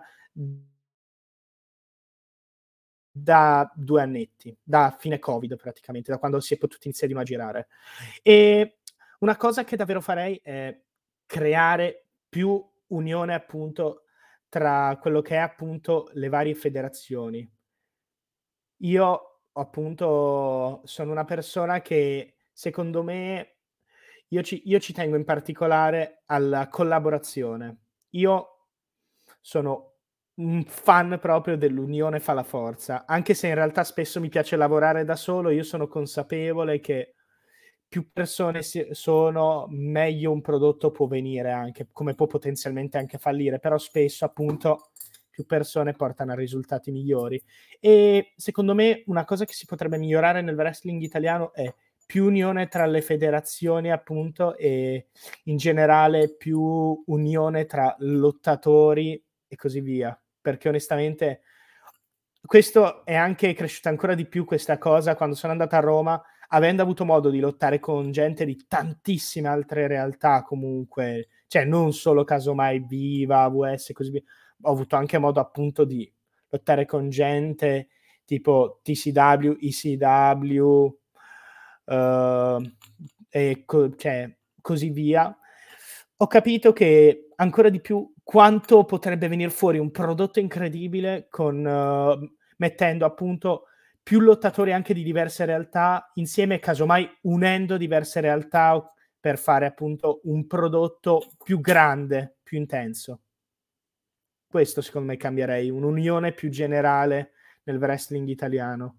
da due annetti, da fine Covid praticamente, da quando si è potuti iniziare a girare. E una cosa che davvero farei è creare più unione appunto tra quello che è appunto le varie federazioni. Io appunto sono una persona che secondo me io ci, io ci tengo in particolare alla collaborazione. Io sono un fan proprio dell'unione fa la forza, anche se in realtà spesso mi piace lavorare da solo, io sono consapevole che più persone si- sono, meglio un prodotto può venire anche, come può potenzialmente anche fallire, però spesso appunto più persone portano a risultati migliori. E secondo me una cosa che si potrebbe migliorare nel wrestling italiano è più unione tra le federazioni appunto e in generale più unione tra lottatori e così via, perché onestamente questo è anche cresciuta ancora di più questa cosa quando sono andata a Roma, avendo avuto modo di lottare con gente di tantissime altre realtà comunque, cioè non solo casomai Viva, V S e così via, ho avuto anche modo appunto di lottare con gente tipo T C W, E C W uh, e co- cioè, così via. Ho capito che ancora di più quanto potrebbe venir fuori un prodotto incredibile con uh, mettendo appunto più lottatori anche di diverse realtà insieme, casomai unendo diverse realtà per fare appunto un prodotto più grande, più intenso. Questo secondo me cambierei, un'unione più generale nel wrestling italiano.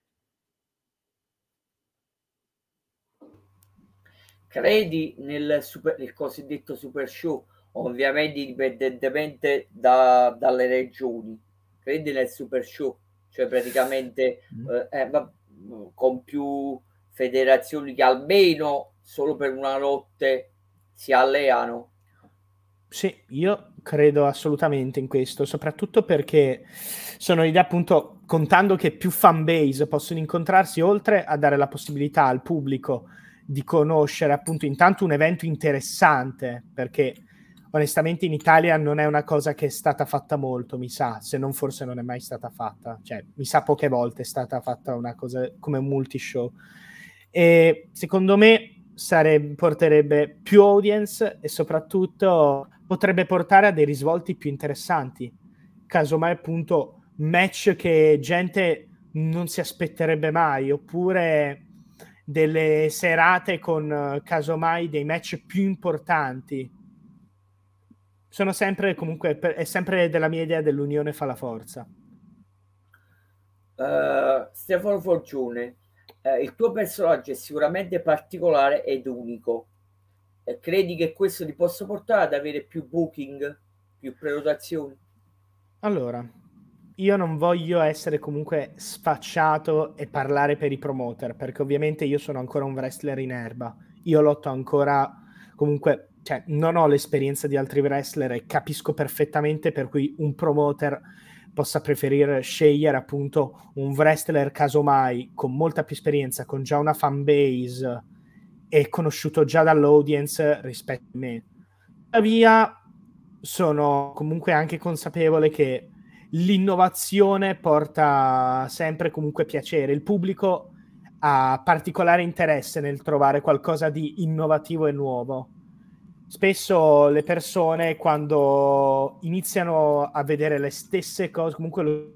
Credi nel, super, nel cosiddetto super show, ovviamente indipendentemente da, dalle regioni? Credi nel super show, cioè praticamente
Mm.
eh, eh, ma, con più federazioni che almeno solo per una notte si alleano?
Sì, io credo assolutamente in questo, soprattutto perché sono idee appunto, contando che più fan base possono incontrarsi, oltre a dare la possibilità al pubblico di conoscere appunto intanto un evento interessante, perché onestamente in Italia non è una cosa che è stata fatta molto, mi sa, se non forse non è mai stata fatta, cioè mi sa poche volte è stata fatta una cosa come un multishow. E secondo me sarebbe, porterebbe più audience e soprattutto potrebbe portare a dei risvolti più interessanti, casomai appunto match che gente non si aspetterebbe mai, oppure delle serate con casomai dei match più importanti. Sono sempre comunque, è sempre della mia idea dell'unione fa la forza.
Uh, Stefano Forgione, uh, il tuo personaggio è sicuramente particolare ed unico. Uh, credi che questo ti possa portare ad avere più booking, più prenotazioni?
Allora, io non voglio essere comunque sfacciato e parlare per i promoter, perché ovviamente io sono ancora un wrestler in erba. Io lotto ancora, comunque, cioè, non ho l'esperienza di altri wrestler e capisco perfettamente per cui un promoter possa preferire scegliere appunto un wrestler casomai con molta più esperienza, con già una fan base e conosciuto già dall'audience rispetto a me. Tuttavia sono comunque anche consapevole che l'innovazione porta sempre comunque piacere. Il pubblico ha particolare interesse nel trovare qualcosa di innovativo e nuovo. Spesso le persone, quando iniziano a vedere le stesse cose, comunque lo,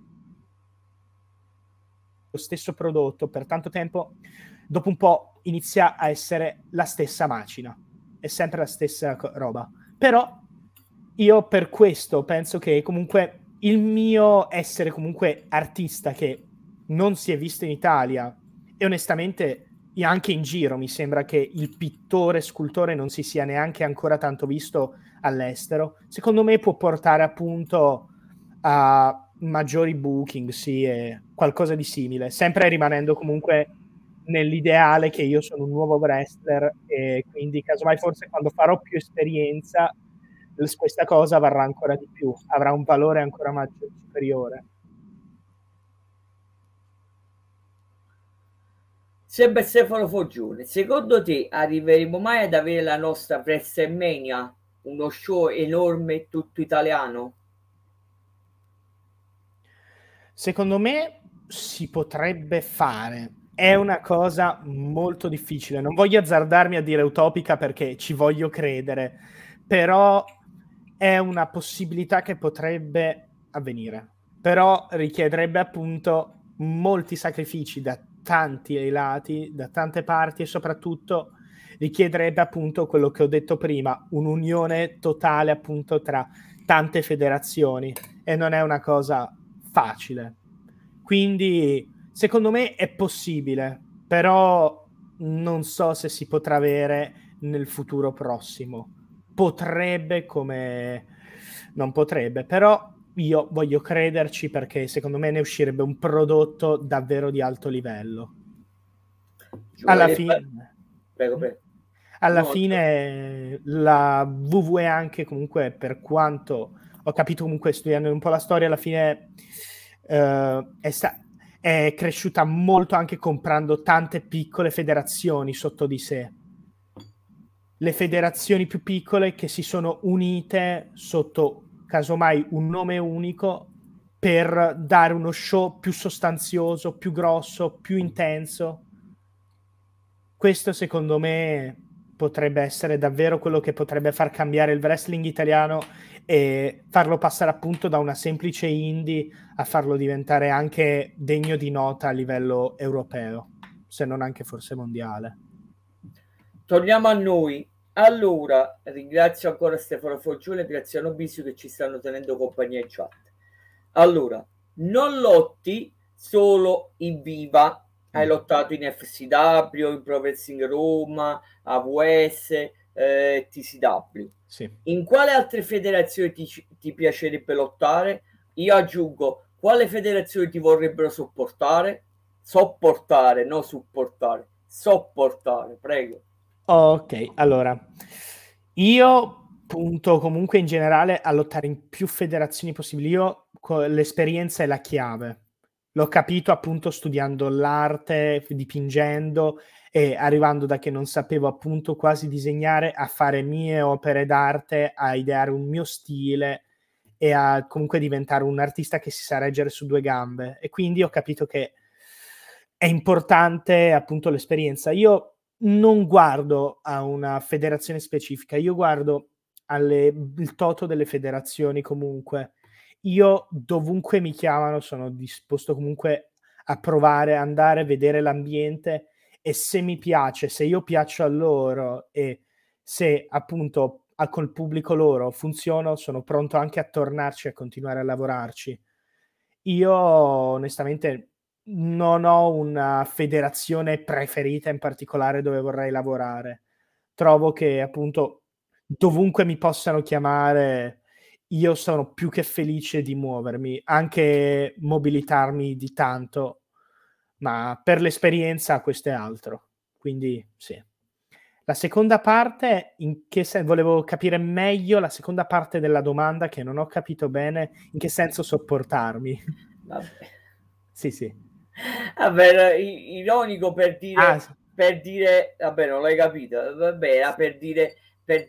lo stesso prodotto per tanto tempo, dopo un po' inizia a essere la stessa macina. È sempre la stessa co- roba. Però io per questo penso che comunque il mio essere comunque artista che non si è visto in Italia e onestamente anche in giro mi sembra che il pittore scultore non si sia neanche ancora tanto visto all'estero, secondo me può portare appunto a maggiori booking, sì, e qualcosa di simile, sempre rimanendo comunque nell'ideale che io sono un nuovo wrestler e quindi casomai forse quando farò più esperienza questa cosa varrà ancora di più, avrà un valore ancora maggiore, superiore.
Sempre Stefano Forgione, secondo te arriveremo mai ad avere la nostra WrestleMania, uno show enorme tutto italiano?
Secondo me si potrebbe fare. È una cosa molto difficile. Non voglio azzardarmi a dire utopica perché ci voglio credere, però è una possibilità che potrebbe avvenire. Però richiederebbe appunto molti sacrifici da tanti ai lati, da tante parti e soprattutto richiederebbe appunto quello che ho detto prima, un'unione totale appunto tra tante federazioni e non è una cosa facile. Quindi secondo me è possibile, però non so se si potrà avere nel futuro prossimo. Potrebbe come non potrebbe, però io voglio crederci perché secondo me ne uscirebbe un prodotto davvero di alto livello. Alla fine,
prego, prego.
alla
No,
fine la W W E anche comunque, per quanto ho capito comunque studiando un po' la storia, alla fine eh, è, sta- è cresciuta molto anche comprando tante piccole federazioni sotto di sé. Le federazioni più piccole che si sono unite sotto casomai un nome unico per dare uno show più sostanzioso, più grosso, più intenso. Questo secondo me potrebbe essere davvero quello che potrebbe far cambiare il wrestling italiano e farlo passare appunto da una semplice indie a farlo diventare anche degno di nota a livello europeo, se non anche forse mondiale.
Torniamo a noi. Allora, ringrazio ancora Stefano Foggione e Graziano Bisio che ci stanno tenendo compagnia in chat. Allora, non lotti solo in Viva, hai lottato in F C W, in Pro Wrestling Roma, A W S, eh, T C W.
Sì.
In quale altre federazioni ti, ti piacerebbe lottare? Io aggiungo, quale federazioni ti vorrebbero sopportare? Sopportare, no supportare. Sopportare, prego.
Ok, allora, io punto comunque in generale a lottare in più federazioni possibili. Io l'esperienza è la chiave. L'ho capito appunto studiando l'arte, dipingendo e arrivando da che non sapevo appunto quasi disegnare a fare mie opere d'arte, a ideare un mio stile e a comunque diventare un artista che si sa reggere su due gambe. E quindi ho capito che è importante appunto l'esperienza. Io non guardo a una federazione specifica, io guardo alle, il toto delle federazioni comunque. Io dovunque mi chiamano sono disposto comunque a provare, andare, vedere l'ambiente e se mi piace, se io piaccio a loro e se appunto col pubblico loro funziono, sono pronto anche a tornarci e a continuare a lavorarci. Io onestamente non ho una federazione preferita in particolare dove vorrei lavorare. Trovo che appunto dovunque mi possano chiamare io sono più che felice di muovermi, anche mobilitarmi di tanto, ma per l'esperienza questo è altro. Quindi sì. La seconda parte, in che sen- volevo capire meglio la seconda parte della domanda che non ho capito bene, in che senso sopportarmi.
Vabbè.
Sì, sì.
Vabbè, ironico per dire,
Ah, sì.
per dire, vabbè, non l'hai capito, vabbè, era per dire, per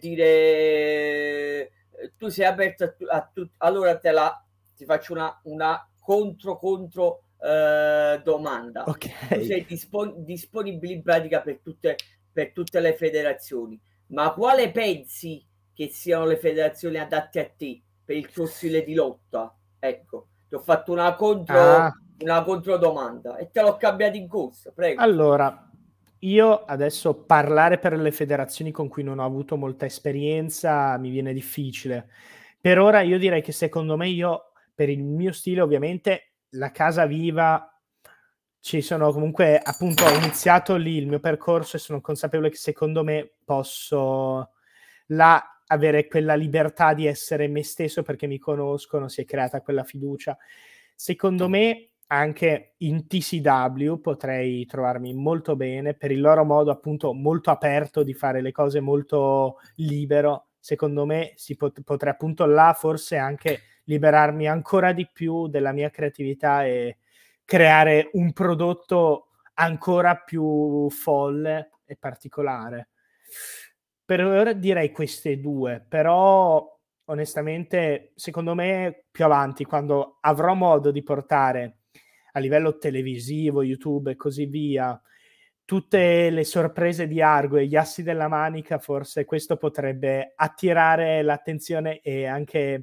dire, tu sei aperto a, tu, a tutti, allora te la, ti faccio una, una contro contro eh, domanda.
Ok.
Tu sei dispon- disponibile in pratica per tutte, per tutte le federazioni, ma quale pensi che siano le federazioni adatte a te per il tuo stile di lotta? Ecco, ti ho fatto una contro...
Ah.
una controdomanda e te l'ho cambiato in corsa, prego.
Allora, io adesso parlare per le federazioni con cui non ho avuto molta esperienza mi viene difficile. Per ora io direi che secondo me io, per il mio stile ovviamente, la casa viva, ci sono comunque, appunto ho iniziato lì il mio percorso e sono consapevole che secondo me posso là avere quella libertà di essere me stesso perché mi conoscono, si è creata quella fiducia. Secondo me anche in T C W potrei trovarmi molto bene per il loro modo appunto molto aperto di fare le cose, molto libero. Secondo me si pot- potrei appunto là forse anche liberarmi ancora di più della mia creatività e creare un prodotto ancora più folle e particolare. Per ora direi queste due, però onestamente secondo me più avanti, quando avrò modo di portare a livello televisivo, YouTube e così via tutte le sorprese di Argo e gli assi della manica, forse questo potrebbe attirare l'attenzione e anche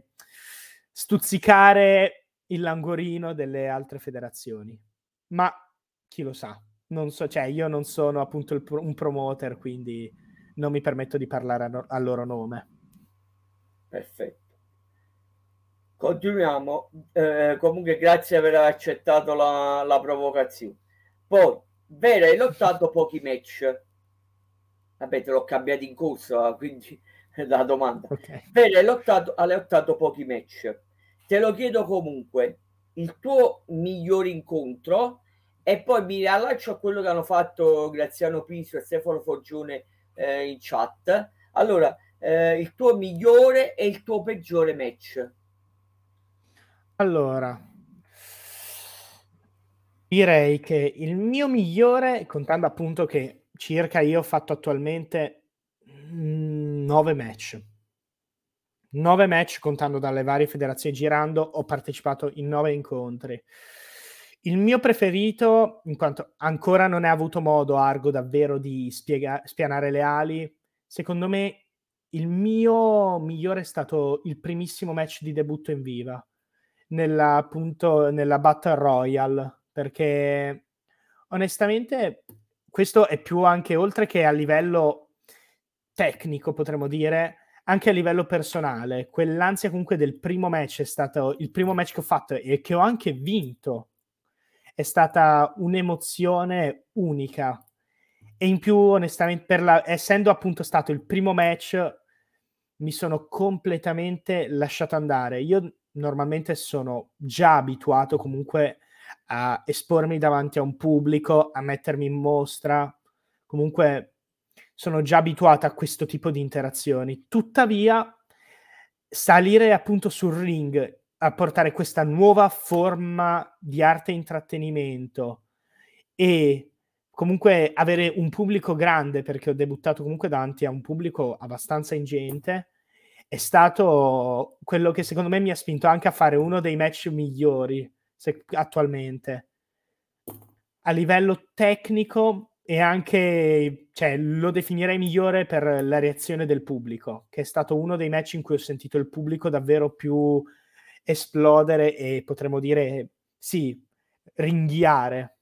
stuzzicare il languorino delle altre federazioni. Ma chi lo sa? Non so, cioè io non sono appunto il pro- un promoter, quindi non mi permetto di parlare a, no- a loro nome.
Perfetto. Continuiamo. Eh, comunque, grazie per aver accettato la, la provocazione. Poi, Vera, hai lottato pochi match. Vabbè, te l'ho cambiato in corsa, quindi la domanda.
Ok.
Vera, hai lottato, hai lottato pochi match. Te lo chiedo comunque, il tuo miglior incontro e poi mi riallaccio a quello che hanno fatto Graziano Pisio e Stefano Foggione eh, in chat. Allora, eh, il tuo migliore e il tuo peggiore match.
Allora, direi che il mio migliore, contando appunto che circa io ho fatto attualmente mm, nove match. Nove match contando dalle varie federazioni girando, ho partecipato in nove incontri. Il mio preferito, in quanto ancora non è avuto modo Argo davvero di spiega- spianare le ali, secondo me il mio migliore è stato il primissimo match di debutto in Viva, nella, appunto, nella Battle Royale, perché onestamente questo è più anche, oltre che a livello tecnico, potremmo dire, anche a livello personale. Quell'ansia comunque del primo match è stato il primo match che ho fatto e che ho anche vinto. È stata un'emozione unica. E in più, onestamente, per la, essendo appunto stato il primo match, mi sono completamente lasciato andare. Io normalmente sono già abituato comunque a espormi davanti a un pubblico, a mettermi in mostra. Comunque sono già abituato a questo tipo di interazioni. Tuttavia, salire appunto sul ring a portare questa nuova forma di arte e intrattenimento e comunque avere un pubblico grande, perché ho debuttato comunque davanti a un pubblico abbastanza ingente, è stato quello che secondo me mi ha spinto anche a fare uno dei match migliori se, attualmente. A livello tecnico e anche, cioè, lo definirei migliore per la reazione del pubblico, che è stato uno dei match in cui ho sentito il pubblico davvero più esplodere e potremmo dire, sì, ringhiare.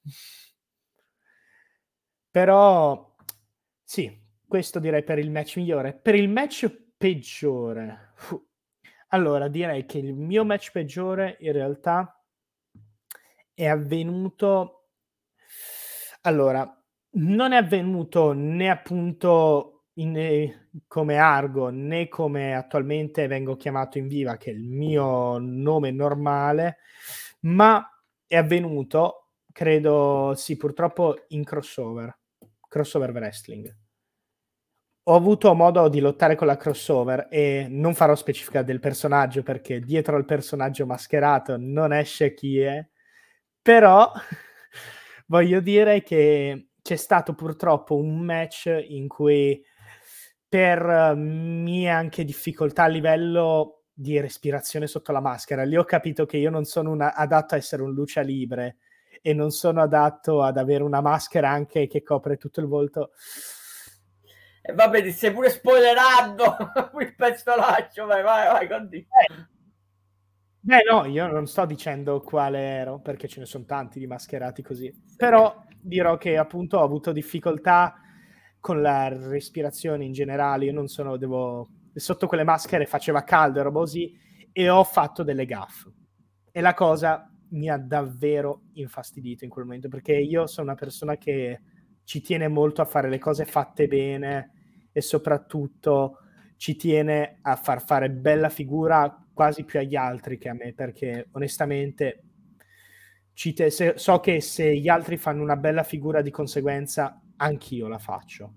Però, sì, questo direi per il match migliore. Per il match peggiore, allora direi che il mio match peggiore in realtà è avvenuto... Allora, non è avvenuto né appunto in, come Argo né come attualmente vengo chiamato in Viva, che è il mio nome normale, ma è avvenuto, credo, sì, purtroppo in crossover, crossover wrestling. Ho avuto modo di lottare con la crossover e non farò specifica del personaggio perché dietro al personaggio mascherato non esce chi è, però voglio dire che c'è stato purtroppo un match in cui per mie anche difficoltà a livello di respirazione sotto la maschera, lì ho capito che io non sono una, adatto a essere un lucha libre e non sono adatto ad avere una maschera anche che copre tutto il volto.
E vabbè, ti stai pure spoilerando il personaggio, vai, vai, vai, continua.
Beh, no, io non sto dicendo quale ero, perché ce ne sono tanti di mascherati così, però dirò che appunto ho avuto difficoltà con la respirazione in generale, io non sono, devo, sotto quelle maschere faceva caldo e roba così, e ho fatto delle gaffe. E la cosa mi ha davvero infastidito in quel momento, perché io sono una persona che ci tiene molto a fare le cose fatte bene e soprattutto ci tiene a far fare bella figura quasi più agli altri che a me, perché onestamente ci te- se, so che se gli altri fanno una bella figura di conseguenza anch'io la faccio.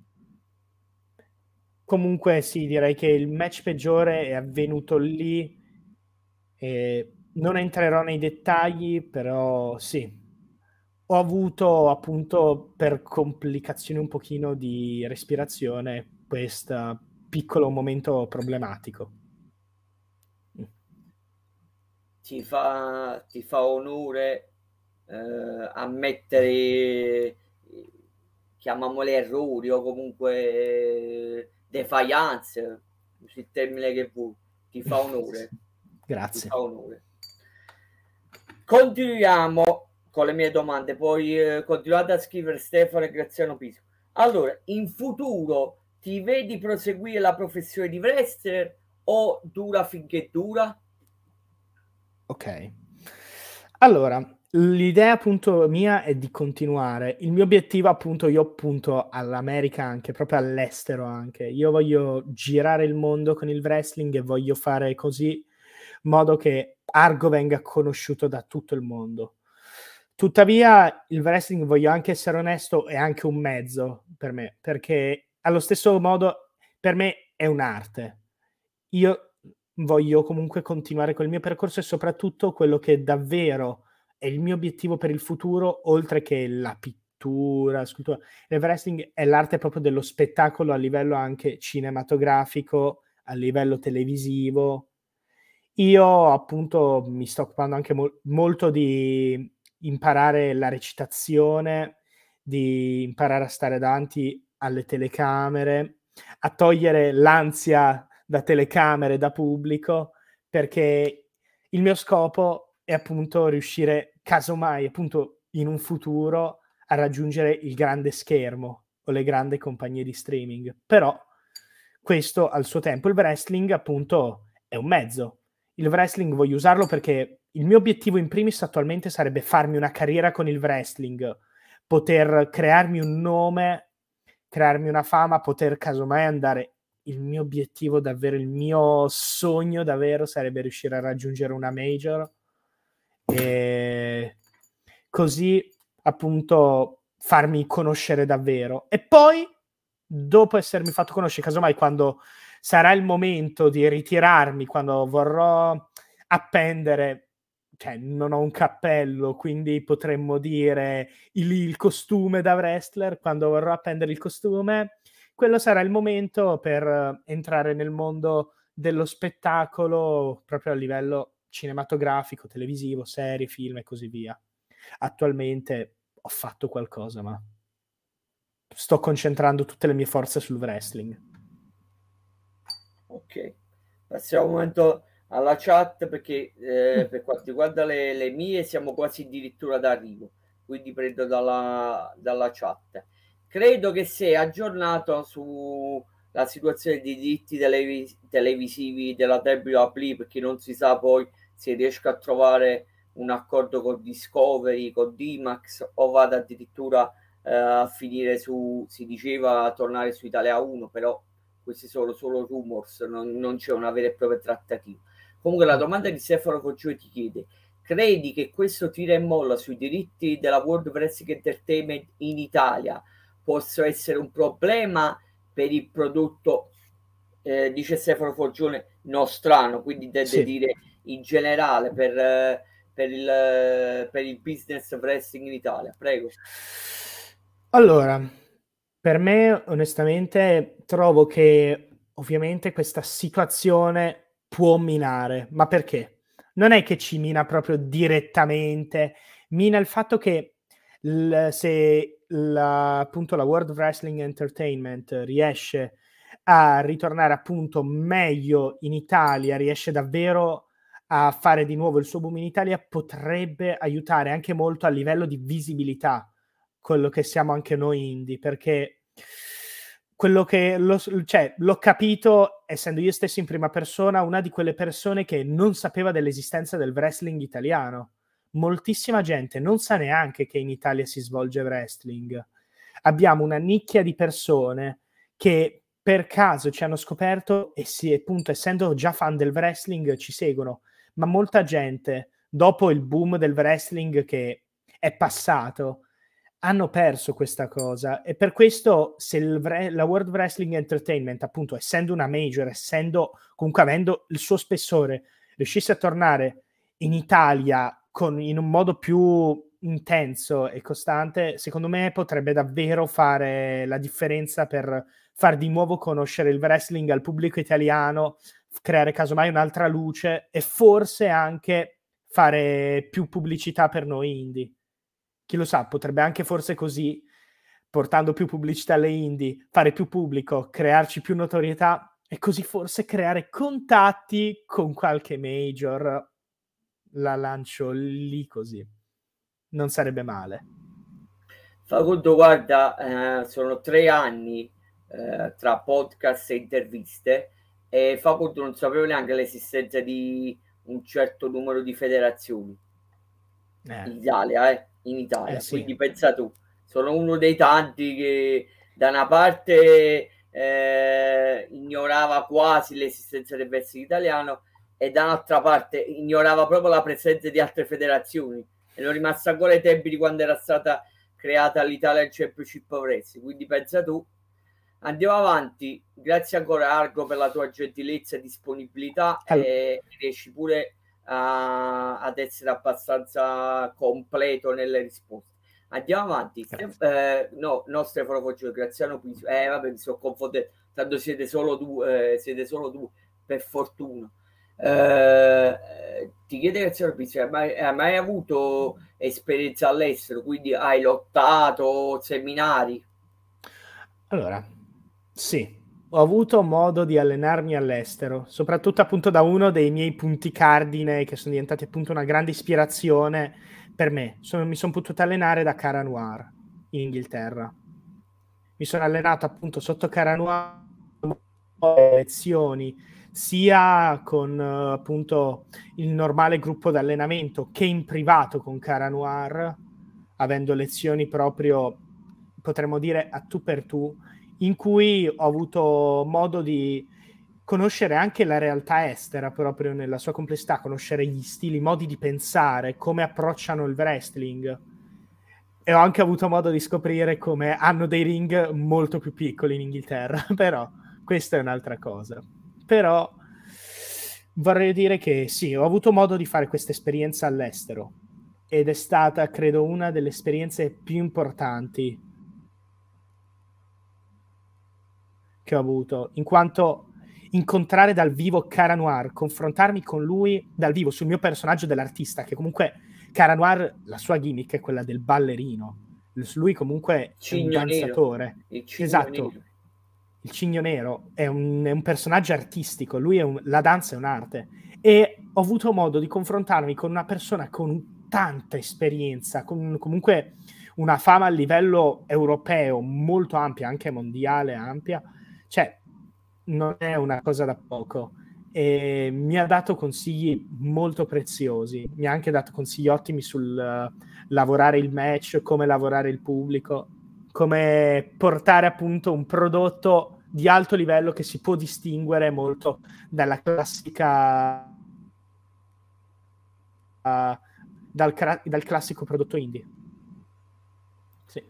Comunque sì, direi che il match peggiore è avvenuto lì e non entrerò nei dettagli, però sì, ho avuto appunto per complicazioni un pochino di respirazione questo piccolo momento problematico.
Ti fa, ti fa onore eh, ammettere, chiamiamoli errori o comunque eh, defiance, il termine che vuoi, ti fa onore.
Grazie.
Ti fa onore. Continuiamo con le mie domande, poi eh, continuate a scrivere Stefano e Graziano Piso. Allora, in futuro ti vedi proseguire la professione di wrestler o dura finché dura?
Ok. Allora, l'idea appunto mia è di continuare. Il mio obiettivo appunto, io appunto all'America anche, proprio all'estero anche. Io voglio girare il mondo con il wrestling e voglio fare così in modo che Argo venga conosciuto da tutto il mondo. Tuttavia il wrestling, voglio anche essere onesto, è anche un mezzo per me, perché allo stesso modo per me è un'arte. Io voglio comunque continuare col mio percorso e soprattutto quello che davvero è il mio obiettivo per il futuro, oltre che la pittura, la scultura. Il wrestling è l'arte proprio dello spettacolo a livello anche cinematografico, a livello televisivo. Io appunto mi sto occupando anche mo- molto di imparare la recitazione, di imparare a stare davanti alle telecamere a togliere l'ansia da telecamere, da pubblico, perché il mio scopo è appunto riuscire, casomai, appunto in un futuro, a raggiungere il grande schermo o le grandi compagnie di streaming. Però questo al suo tempo. Il wrestling appunto è un mezzo. Il wrestling voglio usarlo perché il mio obiettivo in primis attualmente sarebbe farmi una carriera con il wrestling, poter crearmi un nome, crearmi una fama, poter casomai andare. Il mio obiettivo davvero, il mio sogno davvero sarebbe riuscire a raggiungere una major e così appunto farmi conoscere davvero. E poi, dopo essermi fatto conoscere, casomai quando sarà il momento di ritirarmi, quando vorrò appendere, cioè non ho un cappello, quindi potremmo dire il, il costume da wrestler, quando vorrò appendere il costume, quello sarà il momento per entrare nel mondo dello spettacolo proprio a livello cinematografico, televisivo, serie, film e così via. Attualmente ho fatto qualcosa, ma sto concentrando tutte le mie forze sul wrestling.
Ok, passiamo un momento alla chat perché eh, per quanto riguarda le, le mie siamo quasi addirittura d'arrivo, quindi prendo dalla, dalla chat. Credo che sei aggiornato sulla situazione dei diritti televis- televisivi della W W E, perché non si sa poi se riesca a trovare un accordo con Discovery, con D-Max, o vada addirittura eh, a finire su, si diceva, a tornare su Italia uno, però questi sono solo rumors, non, non c'è una vera e propria trattativa. Comunque la domanda di Stefano Foggioi ti chiede: credi che questo tira e molla sui diritti della World Wrestling Entertainment in Italia possa essere un problema per il prodotto, eh, dice Stefano Foggione, nostrano, quindi deve sì. dire in generale per, eh, per, il, per il business wrestling in Italia? Prego.
Allora, per me onestamente trovo che ovviamente questa situazione può minare, ma perché? Non è che ci mina proprio direttamente, mina il fatto che l- se la, appunto la World Wrestling Entertainment riesce a ritornare appunto meglio in Italia, riesce davvero a fare di nuovo il suo boom in Italia, potrebbe aiutare anche molto a livello di visibilità quello che siamo anche noi indie, perché quello che lo, cioè, l'ho capito essendo io stesso in prima persona, una di quelle persone che non sapeva dell'esistenza del wrestling italiano. Moltissima gente non sa neanche che in Italia si svolge wrestling. Abbiamo una nicchia di persone che per caso ci hanno scoperto e si, appunto, essendo già fan del wrestling, ci seguono. Ma molta gente, dopo il boom del wrestling che è passato, hanno perso questa cosa. E per questo, se il, la World Wrestling Entertainment, appunto, essendo una major, essendo comunque avendo il suo spessore, riuscisse a tornare in Italia con, in un modo più intenso e costante, secondo me potrebbe davvero fare la differenza per far di nuovo conoscere il wrestling al pubblico italiano, creare casomai un'altra luce e forse anche fare più pubblicità per noi indie. Chi lo sa, potrebbe anche forse così, portando più pubblicità alle indie, fare più pubblico, crearci più notorietà e così forse creare contatti con qualche major. La lancio lì così. Non sarebbe male.
Facundo, guarda, eh, sono tre anni eh, tra podcast e interviste e Facundo non sapevo neanche l'esistenza di un certo numero di federazioni eh. in Italia, eh, in Italia. Eh, sì. Quindi pensa tu, sono uno dei tanti che da una parte eh, ignorava quasi l'esistenza del wrestling italiano e dall'altra parte ignorava proprio la presenza di altre federazioni. E l'ho rimasto ancora ai tempi di quando era stata creata l'Italia Championship Wrestling. Quindi pensa tu. Andiamo avanti, grazie ancora Argo per la tua gentilezza e disponibilità allora. E riesci pure a, ad essere abbastanza completo nelle risposte. Andiamo avanti. Eh, no, no, Stefano Foggio, Graziano Piso. Eh, vabbè, mi sono confondato. Tanto siete solo due, eh, siete solo due, per fortuna. Eh, ti chiede Graziano Piso, hai mai, hai mai avuto esperienza all'estero? Quindi hai lottato, seminari?
Allora, sì. ho avuto modo di allenarmi all'estero, soprattutto appunto da uno dei miei punti cardine che sono diventati appunto una grande ispirazione per me. Sono, mi sono potuto allenare da Cara Noir in Inghilterra. Mi sono allenato appunto sotto Cara Noir, lezioni sia con uh, appunto il normale gruppo d'allenamento che in privato con Cara Noir, avendo lezioni proprio, potremmo dire, a tu per tu, in cui ho avuto modo di conoscere anche la realtà estera proprio nella sua complessità, conoscere gli stili, i modi di pensare, come approcciano il wrestling. E ho anche avuto modo di scoprire come hanno dei ring molto più piccoli in Inghilterra, però questa è un'altra cosa. Però vorrei dire che sì, ho avuto modo di fare questa esperienza all'estero ed è stata, credo, una delle esperienze più importanti che ho avuto, in quanto incontrare dal vivo Cara Noir, confrontarmi con lui dal vivo sul mio personaggio dell'artista, che comunque Cara Noir, la sua gimmick è quella del ballerino. Lui comunque è un
Cigno nero,
danzatore.
il cigno
Esatto,
nero.
il Cigno Nero è un, è un personaggio artistico, lui è un, la danza è un'arte. E ho avuto modo di confrontarmi con una persona con tanta esperienza, con comunque una fama a livello europeo molto ampia, anche mondiale ampia, cioè non è una cosa da poco. E mi ha dato consigli molto preziosi, mi ha anche dato consigli ottimi sul uh, lavorare il match, come lavorare il pubblico, come portare appunto un prodotto di alto livello che si può distinguere molto dalla classica uh, dal, dal classico prodotto indie. Sì.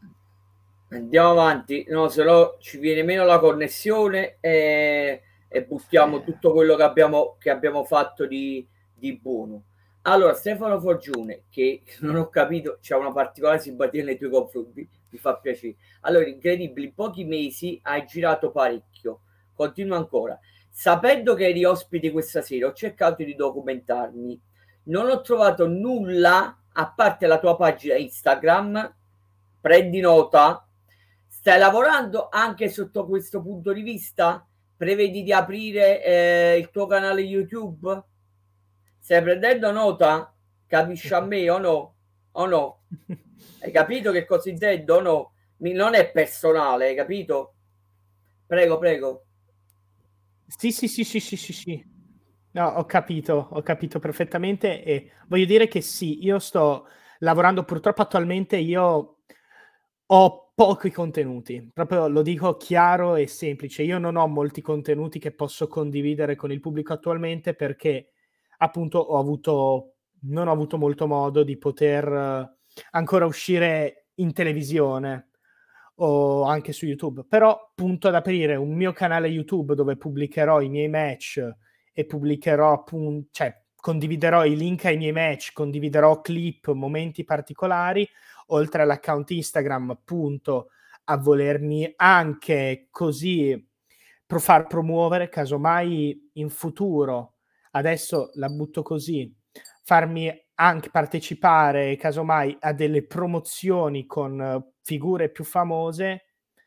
Andiamo avanti, no, se no ci viene meno la connessione e, e buttiamo tutto quello che abbiamo, che abbiamo fatto di, di buono. Allora, Stefano Forgione, che non ho capito, c'è una particolare simpatia nei tuoi confronti, mi fa piacere. Allora, incredibile, in pochi mesi hai girato parecchio, continua ancora. Sapendo che eri ospite questa sera, ho cercato di documentarmi. Non ho trovato nulla, a parte la tua pagina Instagram, prendi nota. Stai lavorando anche sotto questo punto di vista? Prevedi di aprire eh, il tuo canale YouTube? Stai prendendo nota? Capisci a me o no? O no? Hai capito che cosa intendo o no? Non è personale, hai capito? Prego, prego.
Sì, sì, sì, sì, sì, sì, sì. No, ho capito, ho capito perfettamente e voglio dire che sì, io sto lavorando purtroppo attualmente, io ho pochi contenuti, proprio lo dico chiaro e semplice. Io non ho molti contenuti che posso condividere con il pubblico attualmente perché appunto ho avuto non ho avuto molto modo di poter uh, ancora uscire in televisione o anche su YouTube, però punto ad aprire un mio canale YouTube dove pubblicherò i miei match e pubblicherò appunto, cioè condividerò i link ai miei match, condividerò clip, momenti particolari, oltre all'account Instagram, appunto, a volermi anche così pro far promuovere, casomai in futuro, adesso la butto così, farmi anche partecipare, casomai, a delle promozioni con figure più famose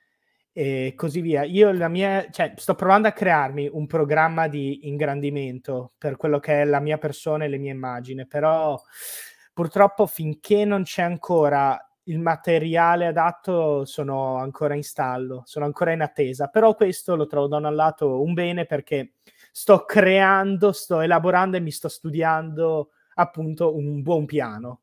e così via. Io la mia, cioè, sto provando a crearmi un programma di ingrandimento per quello che è la mia persona e le mie immagini, però purtroppo finché non c'è ancora il materiale adatto sono ancora in stallo, sono ancora in attesa, però questo lo trovo da un lato un bene perché sto creando, sto elaborando e mi sto studiando appunto un buon piano.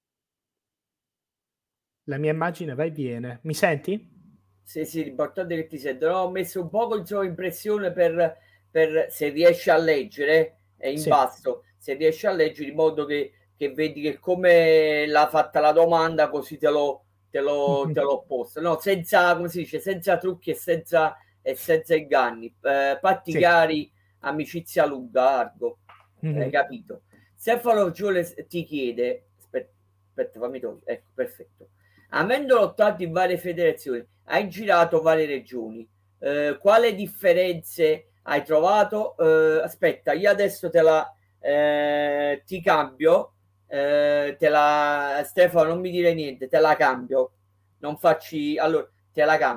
La mia immagine va e viene. Mi senti?
Sì, sì, l'importante è che ti sento. No, ho messo un po' con sovraimpressione per, per se riesci a leggere, è in
Sì.
basso, se riesci a leggere in modo che, che vedi che come l'ha fatta la domanda, così te lo, te lo, te l'ho posto. No, senza, come si dice, senza trucchi e senza, e senza inganni. Eh, patti
Sì.
chiari, amicizia lunga, Argo.
Mm-hmm.
Hai capito? Stefano Giole ti chiede, aspetta, aspetta, fammi togliere, ecco, perfetto. Avendo lottato in varie federazioni, hai girato varie regioni. Eh, quale differenze hai trovato? Eh, aspetta, io adesso te la eh, ti cambio. Eh, te la Stefano, non mi dire niente, te la cambio. Non facci allora, te la cambio.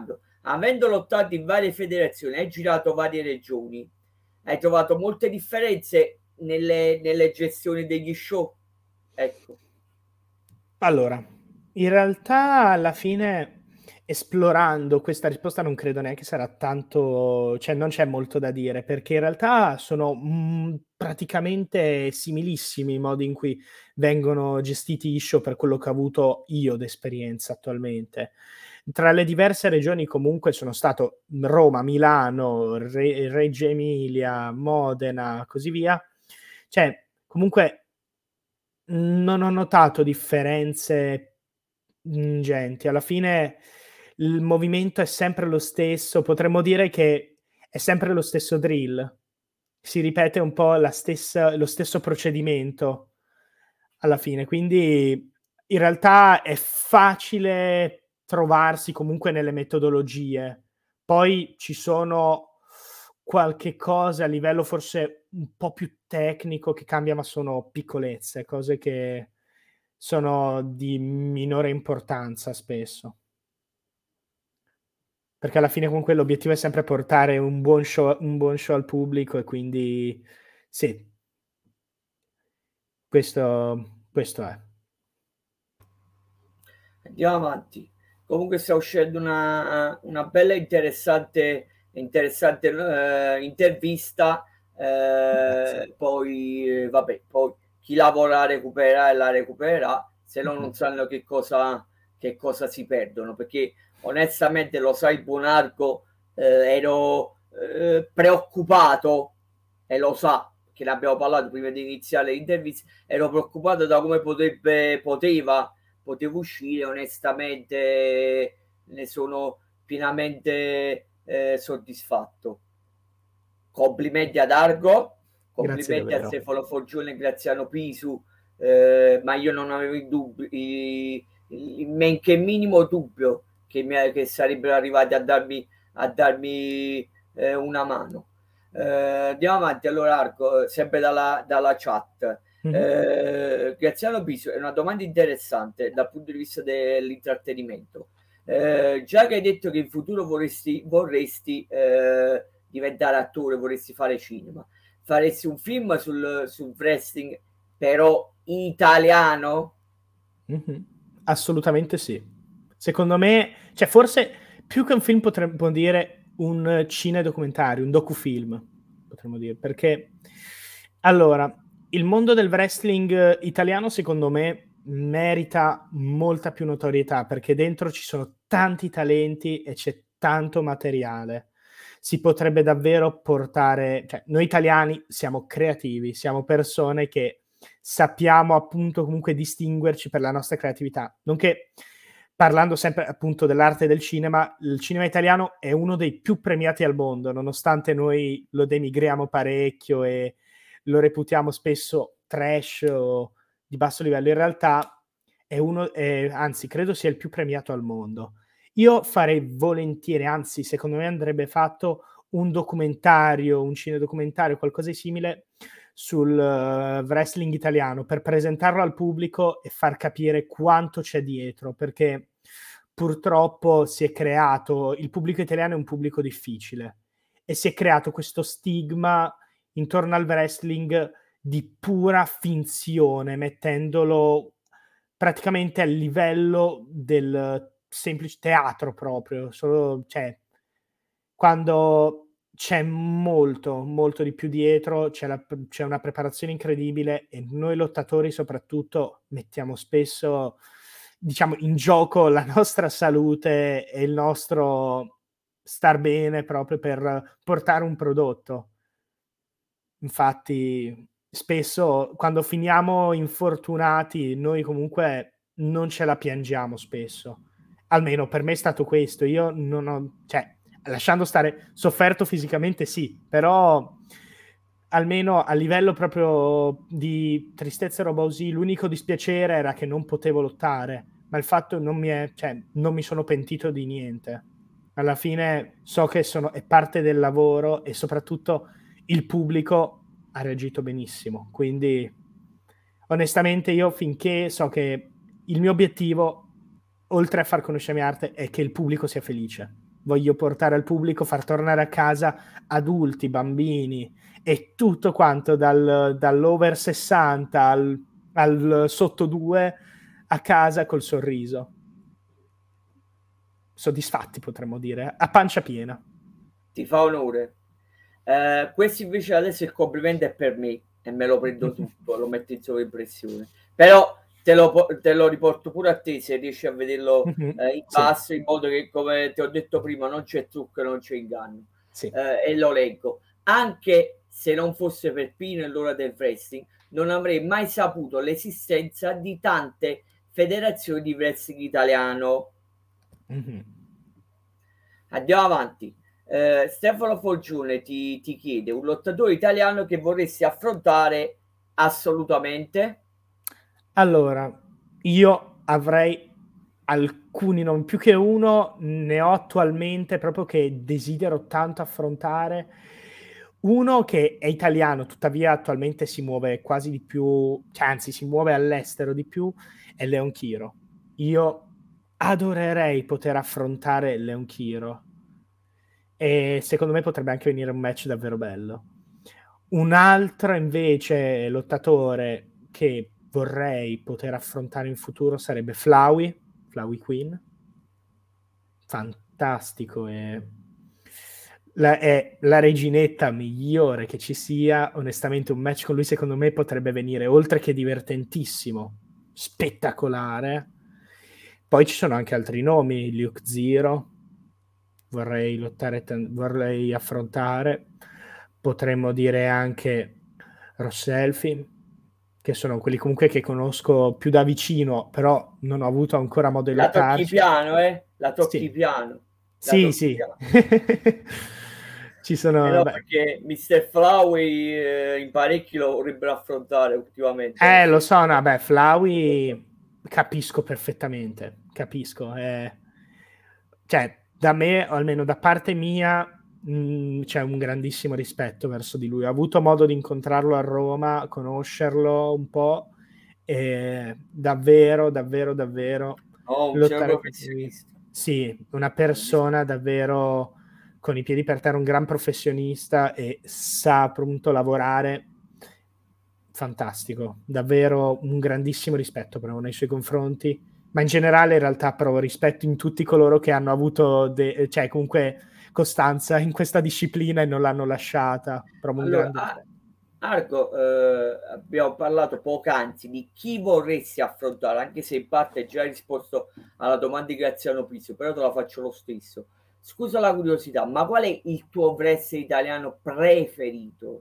avendo lottato in varie federazioni, hai girato varie regioni, hai trovato molte differenze nelle, nelle gestioni degli show? Ecco.
Allora, in realtà alla fine, esplorando questa risposta, non credo neanche sarà tanto, cioè non c'è molto da dire, perché in realtà sono mh, praticamente similissimi i modi in cui vengono gestiti i show per quello che ho avuto io d'esperienza attualmente. Tra le diverse regioni comunque sono stato Roma, Milano, Re- Reggio Emilia, Modena, così via. Cioè, comunque non ho notato differenze ingenti. Alla fine il movimento è sempre lo stesso, potremmo dire che è sempre lo stesso drill. Si ripete un po' la stessa lo stesso procedimento alla fine, quindi in realtà è facile trovarsi comunque nelle metodologie. Poi ci sono qualche cosa a livello forse un po' più tecnico che cambia, ma sono piccolezze, cose che sono di minore importanza spesso. Perché alla fine comunque l'obiettivo è sempre portare un buon show un buon show al pubblico e quindi sì. Questo questo è.
Andiamo avanti. Comunque sta uscendo una, una bella interessante, interessante eh, intervista.
Grazie.
Eh, poi, eh, vabbè, poi chi lavora recupera e la recupererà, se no non
Mh-mh.
sanno che cosa, che cosa si perdono. Perché onestamente, lo sai, Buonarco, eh, ero eh, preoccupato, e lo sa, che ne abbiamo parlato prima di iniziare l'intervista, ero preoccupato da come potrebbe, poteva potevo uscire. Onestamente ne sono pienamente eh, soddisfatto. Complimenti ad Argo,
Grazie
complimenti a
davvero.
Stefano Foggione e Graziano Pisu, eh, ma io non avevo il dubbio, il, il men che minimo dubbio che, mi, che sarebbero arrivati a darmi, a darmi eh, una mano. Eh, andiamo avanti. Allora, Argo, sempre dalla, dalla chat.
Mh-mh.
Eh, Graziano Piso, è una domanda interessante dal punto di vista dell'intrattenimento. Eh, già che hai detto che in futuro vorresti, vorresti eh, diventare attore, vorresti fare cinema, faresti un film sul, sul wrestling, però italiano?
Mh-mh. Assolutamente sì. Secondo me, cioè forse più che un film potremmo dire un cinedocumentario, un docufilm, potremmo dire, perché allora, il mondo del wrestling italiano secondo me merita molta più notorietà, perché dentro ci sono tanti talenti e c'è tanto materiale. Si potrebbe davvero portare, cioè noi italiani siamo creativi, siamo persone che sappiamo appunto comunque distinguerci per la nostra creatività. Nonché, parlando sempre appunto dell'arte del cinema, il cinema italiano è uno dei più premiati al mondo, nonostante noi lo denigriamo parecchio e lo reputiamo spesso trash o di basso livello. In realtà è uno, è, anzi, credo sia il più premiato al mondo. Io farei volentieri, anzi, secondo me andrebbe fatto un documentario, un cinedocumentario, qualcosa di simile sul uh, wrestling italiano per presentarlo al pubblico e far capire quanto c'è dietro, perché purtroppo si è creato, il pubblico italiano è un pubblico difficile e si è creato questo stigma intorno al wrestling di pura finzione, mettendolo praticamente a livello del semplice teatro proprio, solo, cioè, quando c'è molto, molto di più dietro, c'è, la, c'è una preparazione incredibile e noi lottatori soprattutto mettiamo spesso, diciamo, in gioco la nostra salute e il nostro star bene proprio per portare un prodotto. Infatti spesso quando finiamo infortunati noi comunque non ce la piangiamo spesso. Almeno per me è stato questo. Io non ho, cioè, lasciando stare sofferto fisicamente sì, però almeno a livello proprio di tristezza e roba così, l'unico dispiacere era che non potevo lottare, ma il fatto non mi è, cioè, non mi sono pentito di niente. Alla fine so che sono, è parte del lavoro e soprattutto il pubblico ha reagito benissimo. Quindi onestamente io finché so che il mio obiettivo, oltre a far conoscere la mia arte, è che il pubblico sia felice. voglio portare al pubblico, far tornare a casa adulti, bambini e tutto quanto dal, dall'over sessanta al, al sotto due a casa col sorriso. Soddisfatti, potremmo dire, a pancia piena.
Ti fa onore. Eh, questo invece adesso il complimento è per me e me lo prendo tutto, lo metto in sovraimpressione. Però te lo, te lo riporto pure a te se riesci a vederlo eh, in basso, sì, in modo che, come ti ho detto prima, non c'è trucco, non c'è inganno. Sì. Eh, e lo leggo. Anche se non fosse per Pino e l'ora del wrestling, non avrei mai saputo l'esistenza di tante federazioni di wrestling italiano. Mm-hmm. Andiamo avanti. Uh, Stefano Forgione ti, ti chiede un lottatore italiano che vorresti affrontare assolutamente.
Allora, io avrei alcuni, non più che uno, ne ho attualmente proprio che desidero tanto affrontare. Uno che è italiano, tuttavia attualmente si muove quasi di più, cioè anzi si muove all'estero di più, è Leon Chiro. Io adorerei poter affrontare Leon Chiro e secondo me potrebbe anche venire un match davvero bello. Un altro invece lottatore che vorrei poter affrontare in futuro sarebbe Flowey, Flowey Queen. Fantastico, è la, è la reginetta migliore che ci sia. Onestamente un match con lui secondo me potrebbe venire, oltre che divertentissimo, spettacolare. Poi ci sono anche altri nomi, Luke Zero, vorrei lottare, vorrei affrontare. Potremmo dire anche Ross Elfie, che sono quelli comunque che conosco più da vicino, però non ho avuto ancora modo di
la
lottarci.
Tocchi piano, eh? La tocchi
sì.
piano. La
sì,
tocchi
sì.
piano.
Ci sono...
Eh no, perché mister Flowey eh, in parecchi lo vorrebbero affrontare ultimamente.
Eh, lo so, no, beh, Flowey capisco perfettamente, capisco. Eh. Cioè, da me, o almeno da parte mia, mh, c'è un grandissimo rispetto verso di lui. Ho avuto modo di incontrarlo a Roma, conoscerlo un po', e davvero, davvero, davvero...
Oh, un professionista.
Sì, una persona davvero con i piedi per terra, un gran professionista e sa appunto lavorare. Fantastico, davvero un grandissimo rispetto però nei suoi confronti, ma in generale in realtà provo rispetto in tutti coloro che hanno avuto de- cioè comunque costanza in questa disciplina e non l'hanno lasciata. Provo
allora,
un grande...
Argo, eh, abbiamo parlato poc'anzi di chi vorresti affrontare, anche se in parte hai già risposto alla domanda di Graziano Pizzo, però te la faccio lo stesso. Scusa la curiosità, ma qual è il tuo wrestler italiano preferito?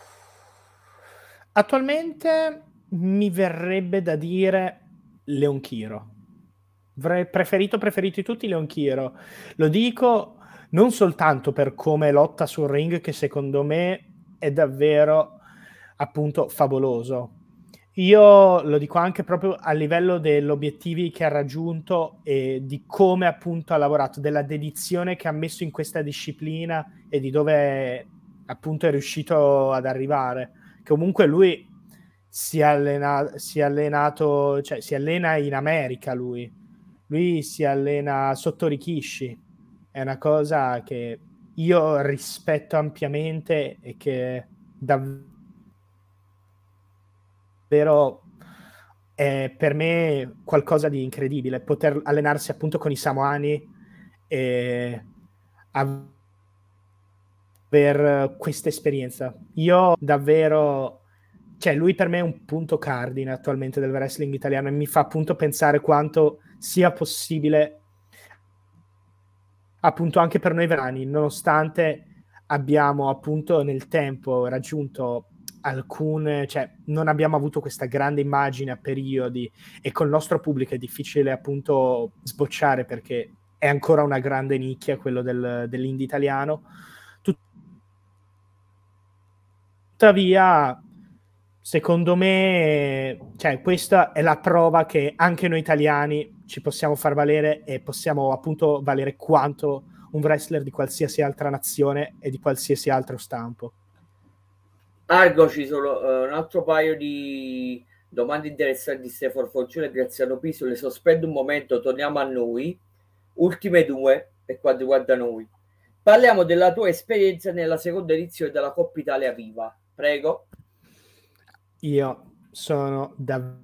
Attualmente mi verrebbe da dire Leon Chiro. Preferito, preferito di tutti Leon Chiro. Lo dico non soltanto per come lotta sul ring, che secondo me è davvero appunto favoloso. Io lo dico anche proprio a livello degli obiettivi che ha raggiunto e di come appunto ha lavorato, della dedizione che ha messo in questa disciplina e di dove appunto è riuscito ad arrivare. Comunque lui si è allenato, si è allenato, cioè si allena in America lui. Lui si allena sotto Rikishi. È una cosa che io rispetto ampiamente e che davvero è per me qualcosa di incredibile, poter allenarsi appunto con i samoani e aver questa esperienza. Io davvero, cioè lui per me è un punto cardine attualmente del wrestling italiano e mi fa appunto pensare quanto sia possibile appunto anche per noi verani, nonostante abbiamo appunto nel tempo raggiunto alcune, cioè non abbiamo avuto questa grande immagine a periodi e col nostro pubblico è difficile appunto sbocciare perché è ancora una grande nicchia quello del, dell'indie italiano. Tuttavia, secondo me, cioè, questa è la prova che anche noi italiani ci possiamo far valere e possiamo appunto valere quanto un wrestler di qualsiasi altra nazione e di qualsiasi altro stampo.
Argo, ci sono uh, un altro paio di domande interessanti di Stefano Forgione e Graziano Piso, le sospendo un momento, torniamo a noi. Ultime due. per quanto riguarda noi. Parliamo della tua esperienza nella seconda edizione della Coppa Italia Viva. Prego.
Io sono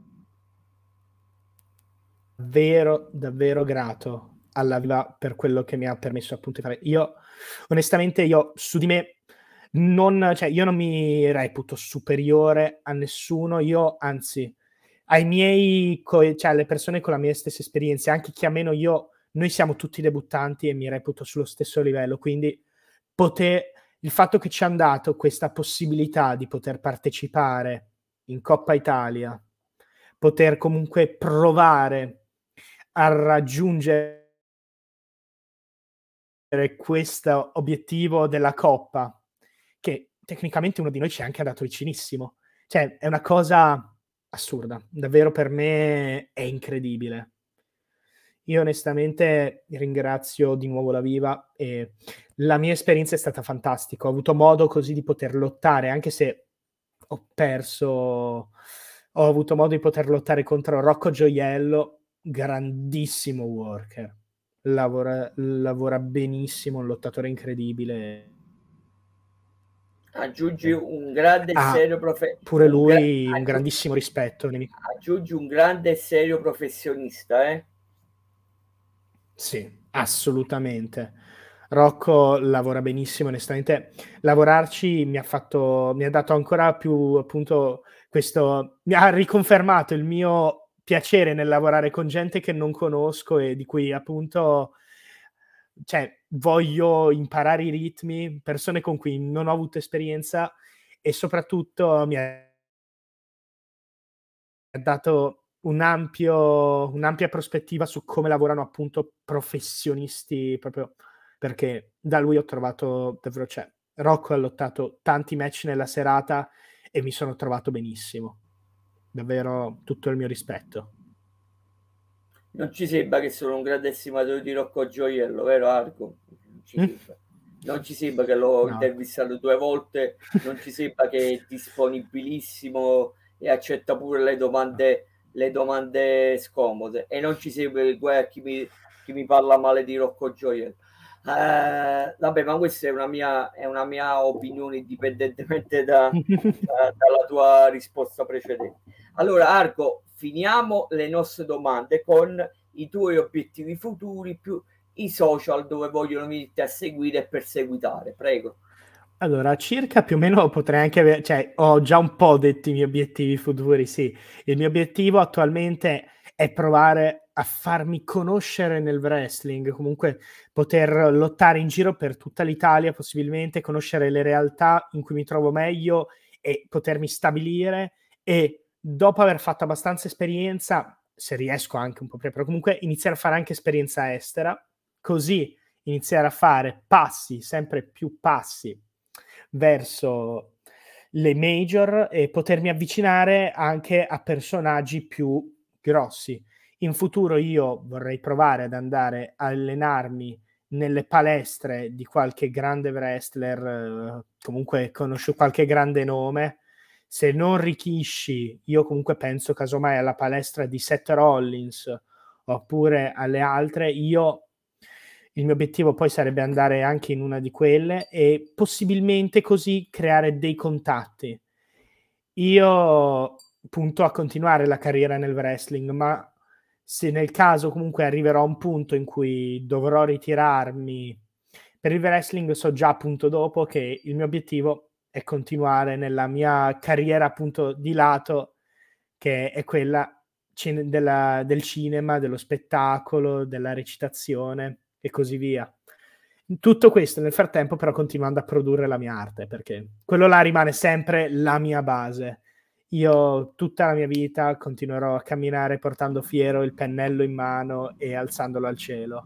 davvero, davvero grato alla Viva per quello che mi ha permesso appunto di fare. Io, onestamente, io su di me non, cioè, io non mi reputo superiore a nessuno, io anzi, ai miei, co- cioè alle persone con la mia stessa esperienza, anche chi ha meno, io, noi siamo tutti debuttanti e mi reputo sullo stesso livello, quindi poter, il fatto che ci hanno dato questa possibilità di poter partecipare in Coppa Italia, poter comunque provare a raggiungere questo obiettivo della Coppa, che tecnicamente uno di noi ci è anche andato vicinissimo. Cioè, è una cosa assurda. Davvero per me è incredibile. Io onestamente ringrazio di nuovo la Viva e la mia esperienza è stata fantastica. Ho avuto modo così di poter lottare, anche se ho perso, ho avuto modo di poter lottare contro Rocco Gioiello, grandissimo worker. Lavora, lavora benissimo, un lottatore incredibile.
Aggiungi un grande e
Ha
serio profe-
pure
un gra-
lui un
aggiungi,
grandissimo rispetto.
aggiungi un grande e serio professionista, eh?
Sì, assolutamente. Rocco lavora benissimo, onestamente. Lavorarci mi ha fatto, mi ha dato ancora più, appunto, questo, mi ha riconfermato il mio piacere nel lavorare con gente che non conosco e di cui, appunto, cioè, voglio imparare i ritmi, persone con cui non ho avuto esperienza e soprattutto mi ha dato un ampio, un'ampia prospettiva su come lavorano appunto professionisti, proprio perché da lui ho trovato davvero, cioè, Rocco ha lottato tanti match nella serata e mi sono trovato benissimo. Davvero tutto il mio rispetto.
Non ci sembra che sono un grande estimatore di Rocco Gioiello, vero Arco? Non ci
Mm?
sembra. Non ci sembra che l'ho
No.
intervistato due volte, non ci sembra che è disponibilissimo e accetta pure le domande, le domande scomode. E non ci sembra che guarda chi mi, chi mi parla male di Rocco Gioiello. Eh, vabbè, ma questa è una mia, è una mia opinione indipendentemente da, da- dalla tua risposta precedente. Allora, Arco, finiamo le nostre domande con i tuoi obiettivi futuri più i social dove vogliono venirti a seguire e perseguitare. Prego.
Allora, circa più o meno potrei anche avere, cioè, ho già un po' detto i miei obiettivi futuri, sì. Il mio obiettivo attualmente è provare a farmi conoscere nel wrestling, comunque poter lottare in giro per tutta l'Italia, possibilmente conoscere le realtà in cui mi trovo meglio e potermi stabilire e dopo aver fatto abbastanza esperienza, se riesco anche un po' prima, però comunque iniziare a fare anche esperienza estera, così iniziare a fare passi, sempre più passi verso le major e potermi avvicinare anche a personaggi più grossi. In futuro io vorrei provare ad andare a allenarmi nelle palestre di qualche grande wrestler, eh, comunque conosco qualche grande nome. Se non Rikishi, io comunque penso casomai alla palestra di Seth Rollins oppure alle altre. Io il mio obiettivo poi sarebbe andare anche in una di quelle e possibilmente così creare dei contatti. Io punto a continuare la carriera nel wrestling, ma se nel caso comunque arriverò a un punto in cui dovrò ritirarmi per il wrestling, so già appunto dopo che il mio obiettivo è continuare nella mia carriera appunto di lato, che è quella della, del cinema, dello spettacolo, della recitazione e così via. Tutto questo nel frattempo però continuando a produrre la mia arte, perché quello là rimane sempre la mia base. Io tutta la mia vita continuerò a camminare portando fiero il pennello in mano e alzandolo al cielo.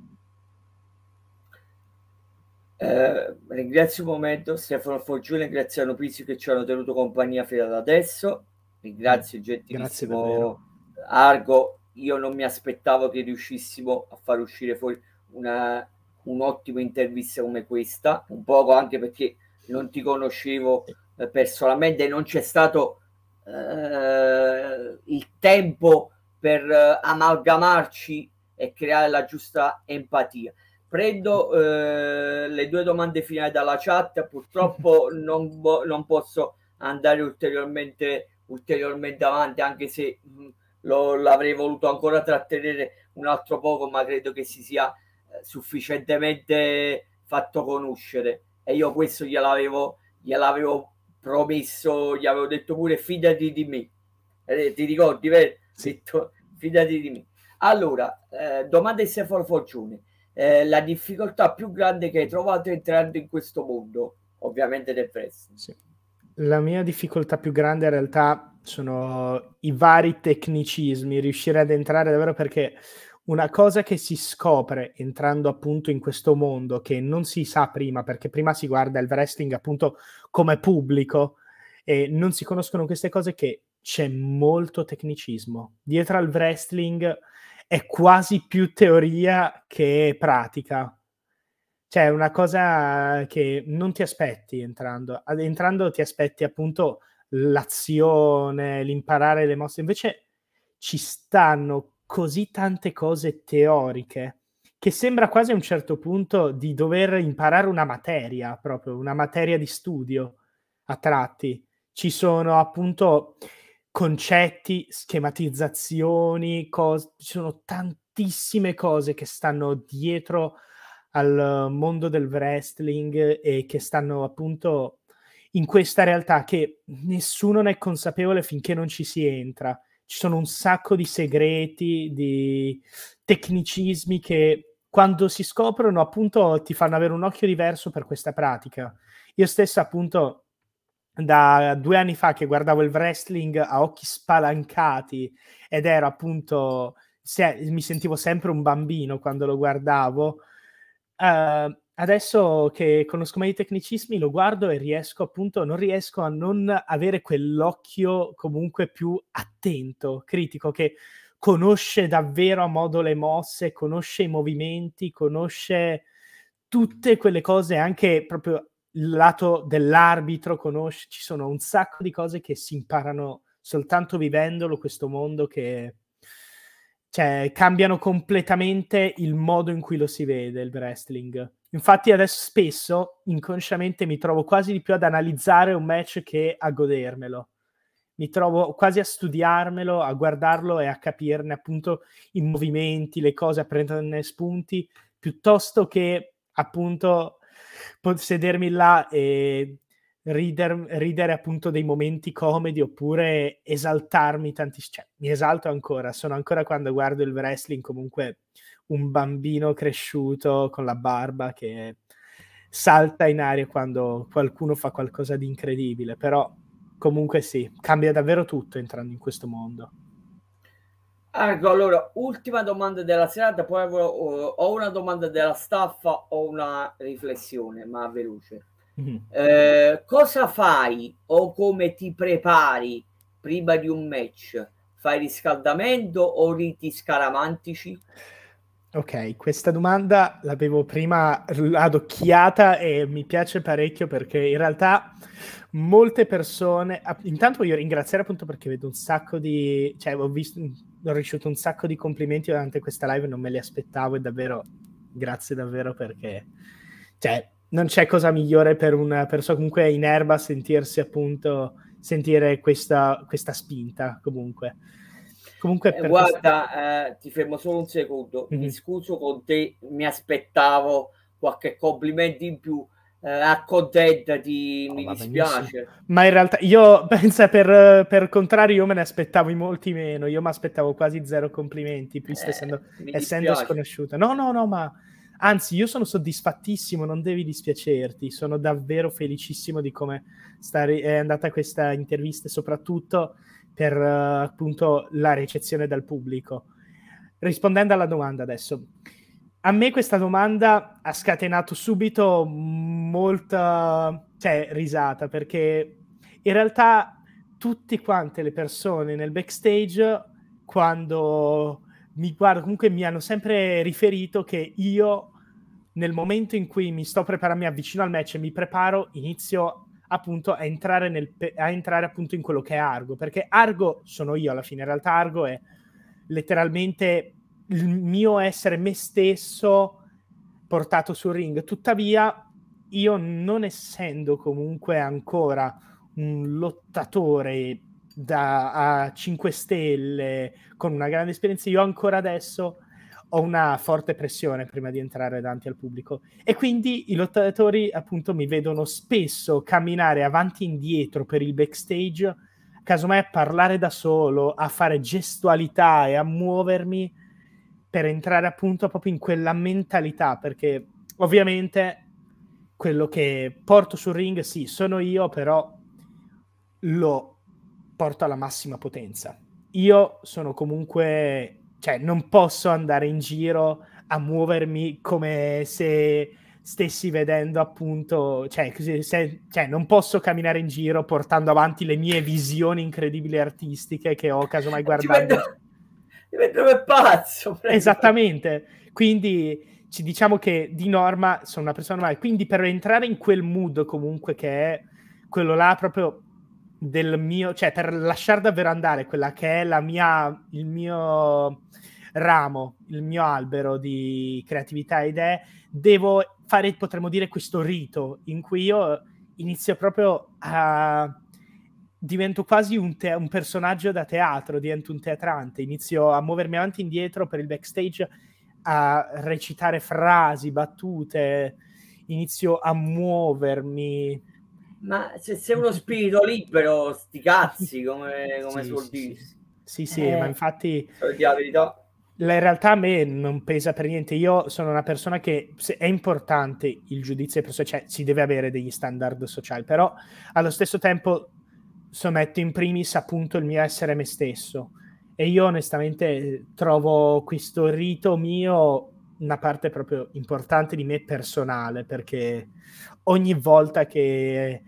Eh, ringrazio un momento Stefano Forgione e Graziano Pizzi che ci hanno tenuto compagnia fino ad adesso. Ringrazio il
Grazie davvero.
gentilissimo Argo. Io non mi aspettavo che riuscissimo a far uscire fuori una, un'ottima intervista come questa, un poco anche perché non ti conoscevo eh, personalmente e non c'è stato eh, il tempo per eh, amalgamarci e creare la giusta empatia. prendo eh, le due domande finali dalla chat, purtroppo non, non posso andare ulteriormente, ulteriormente avanti, anche se mh, lo, l'avrei voluto ancora trattenere un altro poco, ma credo che si sia eh, sufficientemente fatto conoscere, e io questo gliel'avevo, gliel'avevo promesso, gli avevo detto pure fidati di me, eh, ti ricordi, vero?
Sì.
Detto, fidati di me. Allora, eh, domanda di Stefano Forgione. Eh, la difficoltà più grande che hai trovato entrando in questo mondo, ovviamente del wrestling.
Sì. La mia difficoltà più grande in realtà sono i vari tecnicismi, riuscire ad entrare davvero, perché una cosa che si scopre entrando appunto in questo mondo, che non si sa prima, perché prima si guarda il wrestling appunto come pubblico e non si conoscono queste cose, che c'è molto tecnicismo. Dietro al wrestling è quasi più teoria che pratica. Cioè, è una cosa che non ti aspetti entrando. Ad entrando ti aspetti appunto l'azione, l'imparare le mosse, invece ci stanno così tante cose teoriche che sembra quasi a un certo punto di dover imparare una materia, proprio una materia di studio a tratti. Ci sono appunto concetti, schematizzazioni, cos- ci sono tantissime cose che stanno dietro al mondo del wrestling e che stanno appunto in questa realtà che nessuno ne è consapevole finché non ci si entra. Ci sono un sacco di segreti, di tecnicismi che quando si scoprono appunto ti fanno avere un occhio diverso per questa pratica. Io stesso appunto da due anni fa che guardavo il wrestling a occhi spalancati ed ero appunto, se, mi sentivo sempre un bambino quando lo guardavo. Uh, adesso che conosco meglio i tecnicismi lo guardo e riesco appunto, non riesco a non avere quell'occhio comunque più attento, critico, che conosce davvero a modo le mosse, conosce i movimenti, conosce tutte quelle cose, anche proprio il lato dell'arbitro, conosce, ci sono un sacco di cose che si imparano soltanto vivendolo, questo mondo, che cioè cambiano completamente il modo in cui lo si vede il wrestling. Infatti adesso spesso inconsciamente mi trovo quasi di più ad analizzare un match che a godermelo. Mi trovo quasi a studiarmelo, a guardarlo e a capirne appunto i movimenti, le cose, a prenderne spunti, piuttosto che appunto sedermi là e Rider, ridere appunto dei momenti comedi oppure esaltarmi tantissimo. Cioè, mi esalto ancora, sono ancora, quando guardo il wrestling, comunque un bambino cresciuto con la barba che salta in aria quando qualcuno fa qualcosa di incredibile, però comunque sì, cambia davvero tutto entrando in questo mondo.
Ecco, allora, ultima domanda della serata, poi avrò, ho una domanda della staffa, ho una riflessione, ma veloce. Mm-hmm. Eh, cosa fai o come ti prepari prima di un match? Fai riscaldamento o riti scaramantici?
Ok, questa domanda l'avevo prima adocchiata e mi piace parecchio, perché in realtà molte persone, intanto voglio ringraziare appunto perché vedo un sacco di, cioè ho visto, ho ricevuto un sacco di complimenti durante questa live, non me li aspettavo, e davvero grazie davvero, perché cioè non c'è cosa migliore per una persona comunque in erba sentirsi appunto, sentire questa, questa spinta comunque. Comunque per
eh, guarda,
questa...
eh, ti fermo solo un secondo,
mm-hmm.
Mi scuso con te, mi aspettavo qualche complimento in più, eh, accontentati, oh, mi dispiace.
Ma in realtà io, pensa, per, per contrario, io me ne aspettavo molti meno, io mi aspettavo quasi zero complimenti, visto
Eh,
essendo,
mi
essendo sconosciuta. No, no, no, ma anzi, io sono soddisfattissimo, non devi dispiacerti, sono davvero felicissimo di come sta, è andata questa intervista, e soprattutto per uh, appunto la ricezione dal pubblico. Rispondendo alla domanda adesso, a me questa domanda ha scatenato subito molta, cioè, risata, perché in realtà tutte quante le persone nel backstage, quando mi guardo, comunque mi hanno sempre riferito che io, nel momento in cui mi sto preparando, mi avvicino al match e mi preparo, inizio appunto a entrare, nel, a entrare appunto in quello che è Argo, perché Argo sono io alla fine, in realtà Argo è letteralmente il mio essere me stesso portato sul ring. Tuttavia io, non essendo comunque ancora un lottatore da a cinque stelle con una grande esperienza, io ancora adesso ho una forte pressione prima di entrare davanti al pubblico, e quindi i lottatori appunto mi vedono spesso camminare avanti e indietro per il backstage, casomai a parlare da solo, a fare gestualità e a muovermi per entrare appunto proprio in quella mentalità, perché ovviamente quello che porto sul ring, sì, sono io, però lo porto alla massima potenza. Io sono comunque, cioè non posso andare in giro a muovermi come se stessi vedendo appunto, cioè, se, cioè non posso camminare in giro portando avanti le mie visioni incredibili artistiche che ho casomai guardando.
Divento come pazzo.
Prego. Esattamente, quindi ci diciamo che di norma sono una persona normale, quindi per entrare in quel mood comunque che è quello là proprio del mio, cioè per lasciare davvero andare quella che è la mia, il mio ramo, il mio albero di creatività e idee, devo fare, potremmo dire, questo rito in cui io inizio proprio a divento quasi un, te- un personaggio da teatro, divento un teatrante, inizio a muovermi avanti e indietro per il backstage, a recitare frasi, battute, inizio a muovermi.
Ma se sei uno spirito libero, sti cazzi, come, come
sì,
suol
sì,
dire.
Sì, sì, sì
eh,
ma infatti
la verità.
In realtà a me non pesa per niente. Io sono una persona che è importante il giudizio, cioè si deve avere degli standard sociali, però allo stesso tempo sommetto in primis appunto il mio essere me stesso, e io onestamente trovo questo rito mio una parte proprio importante di me personale, perché ogni volta che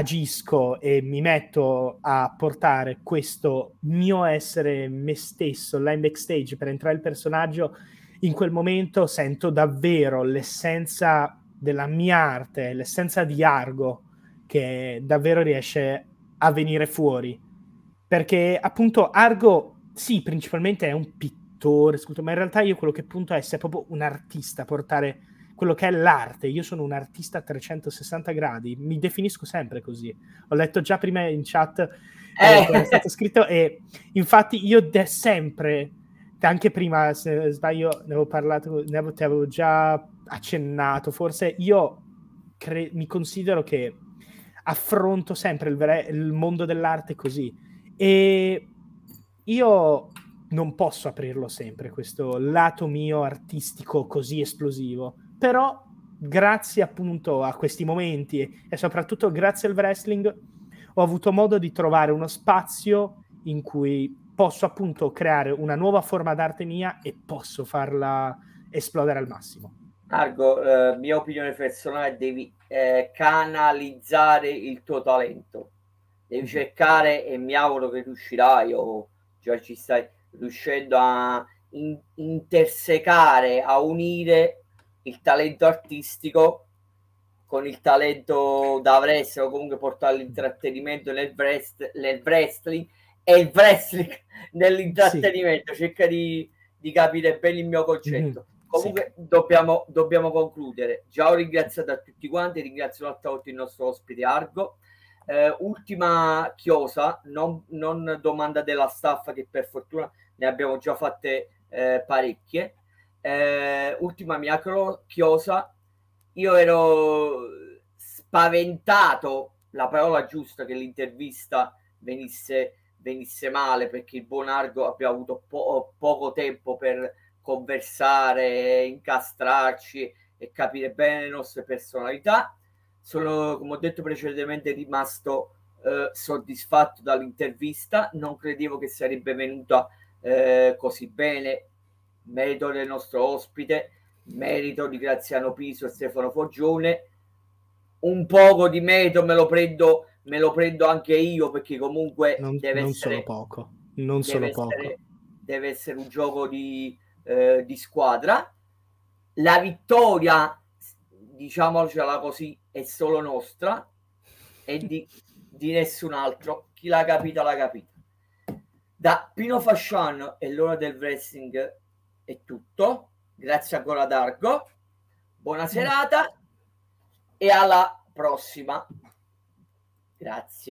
agisco e mi metto a portare questo mio essere me stesso là in backstage per entrare il personaggio, in quel momento sento davvero l'essenza della mia arte, l'essenza di Argo, che davvero riesce a venire fuori, perché appunto Argo sì, principalmente è un pittore, scultore, ma in realtà io quello che punto è essere proprio un artista, portare quello che è l'arte. Io sono un artista a trecentosessanta gradi, mi definisco sempre così. Ho letto già prima in chat eh, che è stato scritto, e infatti io de- sempre, anche prima se sbaglio ne avevo parlato, ne avevo, ti avevo già accennato, forse io cre- mi considero che affronto sempre il, ver- il mondo dell'arte così, e io non posso aprirlo sempre, questo lato mio artistico così esplosivo, però grazie appunto a questi momenti e, e soprattutto grazie al wrestling ho avuto modo di trovare uno spazio in cui posso appunto creare una nuova forma d'arte mia e posso farla esplodere al massimo.
Argo, eh, mia opinione personale, devi eh, canalizzare il tuo talento, devi mm-hmm. cercare, e mi auguro che riuscirai, o già ci stai riuscendo a in- intersecare, a unire il talento artistico con il talento da wrestler, o comunque portare l'intrattenimento nel, wrest- nel wrestling e il wrestling nell'intrattenimento. Sì. Cerca di, di capire bene il mio concetto. Mm-hmm. Comunque sì. dobbiamo, dobbiamo concludere. Già ho ringraziato a tutti quanti, ringrazio un'altra volta il nostro ospite Argo. Eh, ultima chiosa, non, non domanda della staff, che per fortuna ne abbiamo già fatte eh, parecchie. Eh, ultima mia chiosa, io ero spaventato, la parola giusta, che l'intervista venisse, venisse male, perché il buon Argo abbia avuto po- poco tempo per conversare, incastrarci e capire bene le nostre personalità. Sono, come ho detto precedentemente, rimasto eh, soddisfatto dall'intervista. Non credevo che sarebbe venuta eh, così bene, merito del nostro ospite, merito di Graziano Piso e Stefano Foggione. Un poco di merito me lo prendo, me lo prendo anche io, perché comunque
non,
deve
non
essere
solo poco, non
deve
solo
essere,
poco.
deve essere un gioco di, eh, di squadra. La vittoria, diciamocela così, è solo nostra e di, di nessun altro. Chi l'ha capita l'ha capita. Da Pino Fasciano e l'ora del wrestling è tutto. Grazie ancora ad Argo. Buona serata e alla prossima. Grazie.